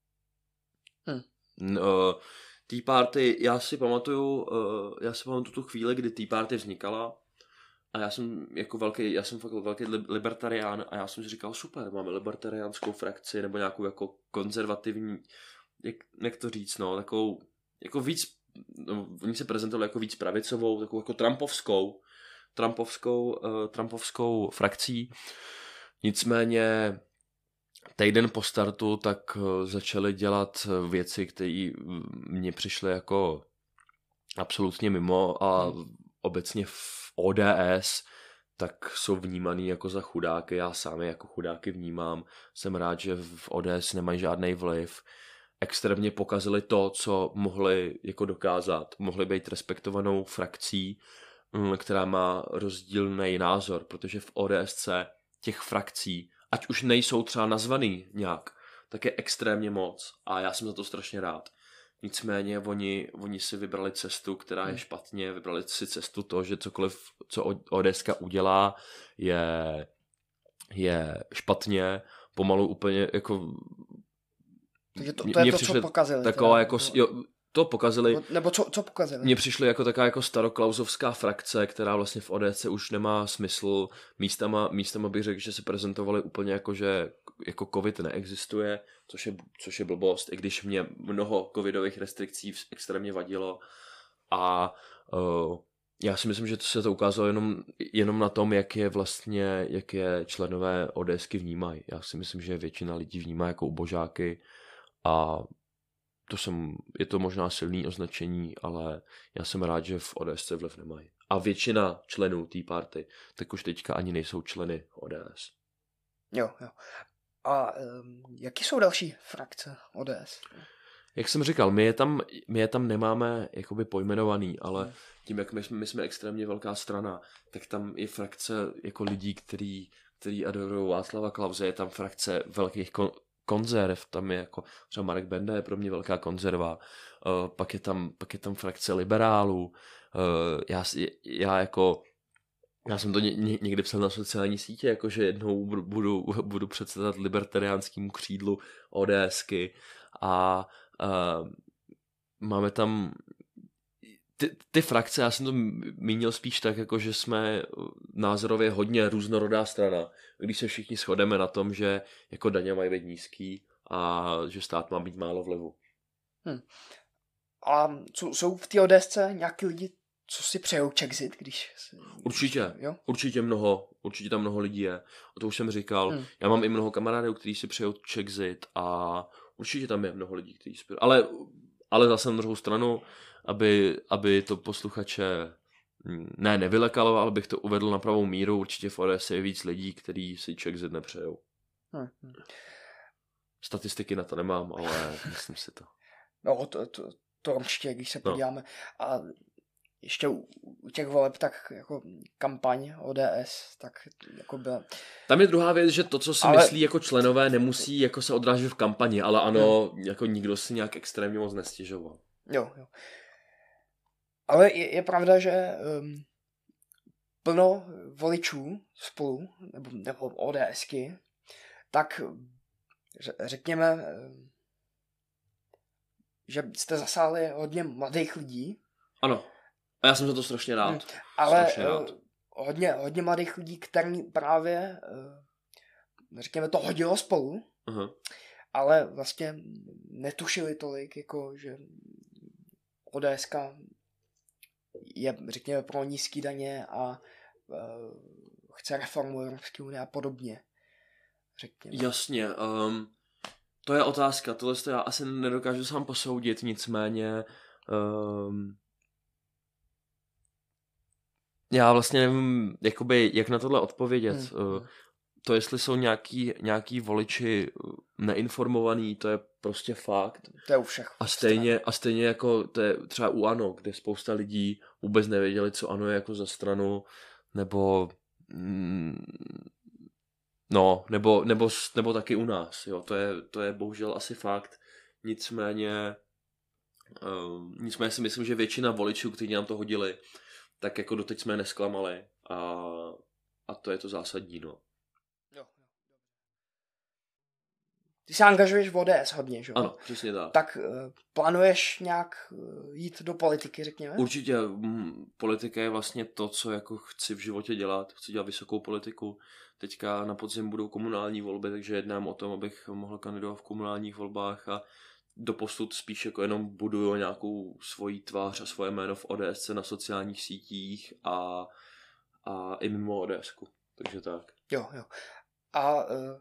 Hmm. Uh, Tea Party, já si pamatuju, uh, já si pamatuju tu chvíli, kdy Tea Party vznikala a já jsem jako velký, já jsem fakt velký libertarián a já jsem si říkal, super, máme libertariánskou frakci nebo nějakou jako konzervativní, jak, jak to říct, no, takovou, jako víc, no, oni se prezentovali jako víc pravicovou, takovou jako trumpovskou, trumpovskou, uh, trumpovskou frakcí, nicméně týden po startu tak začali dělat věci, které mně přišly jako absolutně mimo a obecně v O D S tak jsou vnímaný jako za chudáky. Já sám je jako chudáky vnímám. Jsem rád, že v O D S nemají žádný vliv. Extrémně pokazili to, co mohli jako dokázat. Mohli být respektovanou frakcí, která má rozdílný názor, protože v O D S C těch frakcí, ať už nejsou třeba nazvaný nějak, tak je extrémně moc a já jsem za to strašně rád. Nicméně oni, oni si vybrali cestu, která je špatně, vybrali si cestu to, že cokoliv, co O D S ka udělá, je, je špatně, pomalu úplně jako...
Takže to, to je to, co pokazili.
Taková jako... Jo, to pokazili.
Nebo co, co pokazili?
Mně přišly jako taková jako staroklausovská frakce, která vlastně v O D S už nemá smysl. Místama, místama bych řekl, že se prezentovali úplně jako, že jako covid neexistuje, což je, což je blbost, i když mě mnoho covidových restrikcí extrémně vadilo. A uh, já si myslím, že to se to ukázalo jenom, jenom na tom, jak je vlastně, jak je členové ODSky vnímají. Já si myslím, že většina lidí vnímá jako ubožáky a to jsem, je to možná silný označení, ale já jsem rád, že v O D S C vliv nemají. A většina členů té party, tak už teďka ani nejsou členy O D S.
Jo, jo. A um, jaký jsou další frakce O D S?
Jak jsem říkal, my je tam, my je tam nemáme jakoby pojmenovaný, ale tím, jak my jsme, my jsme extrémně velká strana, tak tam je frakce jako lidí, který, který adorují Václava Klause, je tam frakce velkých kon- konzerv, tam je jako třeba Marek Benda je pro mě velká konzerva, uh, pak, je tam, pak je tam frakce liberálů, uh, já, já jako já jsem to ně, ně, někdy psal na sociální sítě, jakože jednou budu, budu předsedat libertariánskému křídlu ODSky a Uh, máme tam ty, ty frakce, já jsem to mínil spíš tak, jako že jsme názorově hodně různorodá strana, když se všichni shodeme na tom, že jako daně mají být nízký a že stát má být málo vlivu.
Hmm. A co, jsou v té ODSce nějaký lidi, co si přejou Czexit, když...
Určitě,
jo?
určitě mnoho, určitě tam mnoho lidí je. A to už jsem říkal. Hmm. Já mám i mnoho kamarádů, kteří si přejou Czexit a určitě tam je mnoho lidí, kteří si přejou. Ale, ale zase na druhou stranu, aby, aby to posluchače ne nevylekalo, ale bych to uvedl na pravou míru, určitě v O D S je víc lidí, kteří si Czexit nepřejou. Hmm. Statistiky na to nemám, ale myslím si to.
No, to, to, to určitě, když se podíváme. No. A ještě u, u těch voleb, tak jako kampaň O D S, tak jako byla...
Tam je druhá věc, že to, co si ale... myslí jako členové, nemusí jako se odrážet v kampani, ale ano, hmm. jako nikdo si nějak extrémně moc nestěžoval.
Jo, jo. Ale je, je pravda, že um, plno voličů Spolu, nebo, nebo ODSky, tak řekněme, že jste zasáhli hodně mladých lidí.
Ano. A já jsem za to strašně rád. Hmm.
Ale
strašně rád.
Hodně, hodně mladých lidí, který právě, řekněme, to hodilo Spolu, uh-huh. ale vlastně netušili tolik, jako že ODSka je, řekněme, pro nízký daně a uh, chce reformu Evropské unie a podobně. Řekněme.
Jasně. Um, to je otázka. Tohle to já asi nedokážu sám posoudit, nicméně um, já vlastně nevím, jakoby, jak na tohle odpovědět. Hmm. Uh, to, jestli jsou nějaký, nějaký voliči neinformovaný, to je prostě fakt.
To je u všech.
A stejně, a stejně jako to je třeba u ANO, kde spousta lidí vůbec nevěděli, co ANO je jako za stranu, nebo mm, no, nebo, nebo, nebo taky u nás. Jo. To, je, to je bohužel asi fakt. Nicméně, um, nicméně si myslím, že většina voličů, kteří nám to hodili, tak jako doteď jsme nesklamali a, a to je to zásadní, no.
Jo, jo. Ty se angažuješ v O D S hodně, že jo?
Ano, přesně tak.
Tak uh, plánuješ nějak uh, jít do politiky, řekněme?
Určitě. M, politika je vlastně to, co jako chci v životě dělat. Chci dělat vysokou politiku. Teďka na podzim budou komunální volby, takže jednám o tom, abych mohl kandidovat v komunálních volbách a doposud spíš jako jenom buduju nějakou svoji tvář a svoje jméno v ODSce na sociálních sítích a, a i mimo ODSku. Takže tak.
Jo, jo. A uh,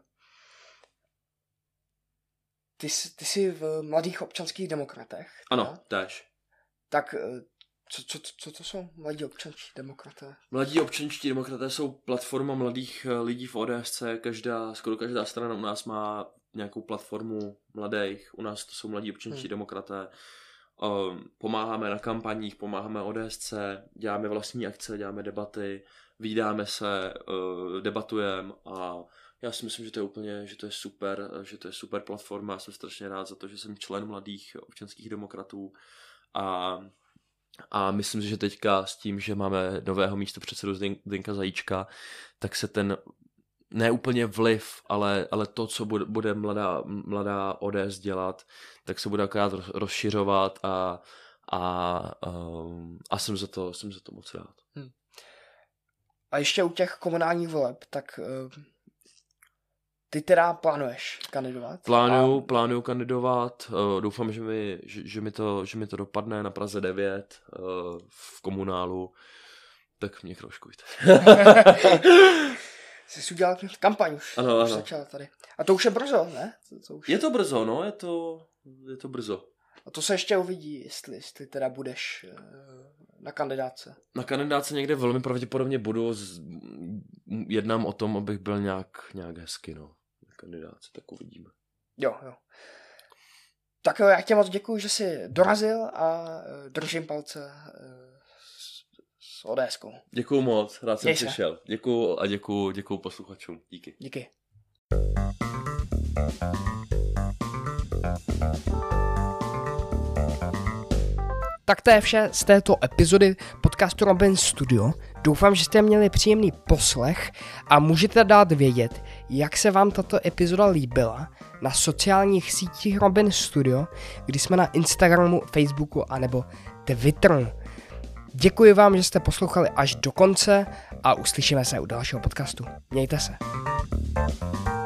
ty, ty jsi v Mladých občanských demokratech.
Ano, též.
Tak uh, co, co, co to jsou Mladí občanští demokraté?
Mladí občanští demokraté jsou platforma mladých lidí v ODSce. Každá, skoro každá strana u nás má nějakou platformu mladých. U nás to jsou Mladí občanští hmm. demokraté. Um, pomáháme na kampaních, pomáháme ODSce, děláme vlastní akce, děláme debaty, vídáme se, uh, debatujeme a já si myslím, že to je úplně, že to je super, že to je super platforma. Já jsem strašně rád za to, že jsem člen Mladých občanských demokratů a A myslím si, že teďka s tím, že máme nového místopředsedu Zdeňka Zajíčka, tak se ten ne úplně vliv, ale, ale to, co bude, bude mladá, mladá O D S dělat, tak se bude akorát rozšiřovat a, a, um, a jsem, za to, jsem za to moc rád. Hmm.
A ještě u těch komunálních voleb, tak uh, ty teda plánuješ kandidovat?
Plánuju,
a...
plánuju kandidovat, uh, doufám, že mi, že, že, mi to, že mi to dopadne na Praze devět uh, v komunálu, tak mě kroužkujte.
Jsi si udělal kampaň už,
ano,
už
ano.
začala tady. A to už je brzo, ne? To, to už...
Je to brzo, no, je to, je to brzo.
A to se ještě uvidí, jestli, jestli teda budeš uh, na kandidáce.
Na kandidáce někde velmi pravděpodobně budu, z, jednám o tom, abych byl nějak, nějak hezky, no. Kandidáce, tak uvidíme.
Jo, jo. Tak jo, já tě moc děkuju, že jsi dorazil a držím palce s, s ODSkou.
Děkuju moc, rád jsem přišel. Děkuju a děkuju, děkuju posluchačům. Díky.
Díky. Tak to je vše z této epizody podcastu Robin Studio. Doufám, že jste měli příjemný poslech a můžete dát vědět, jak se vám tato epizoda líbila na sociálních sítích Robin Studio, kdy jsme na Instagramu, Facebooku anebo Twitteru. Děkuji vám, že jste poslouchali až do konce a uslyšíme se u dalšího podcastu. Mějte se.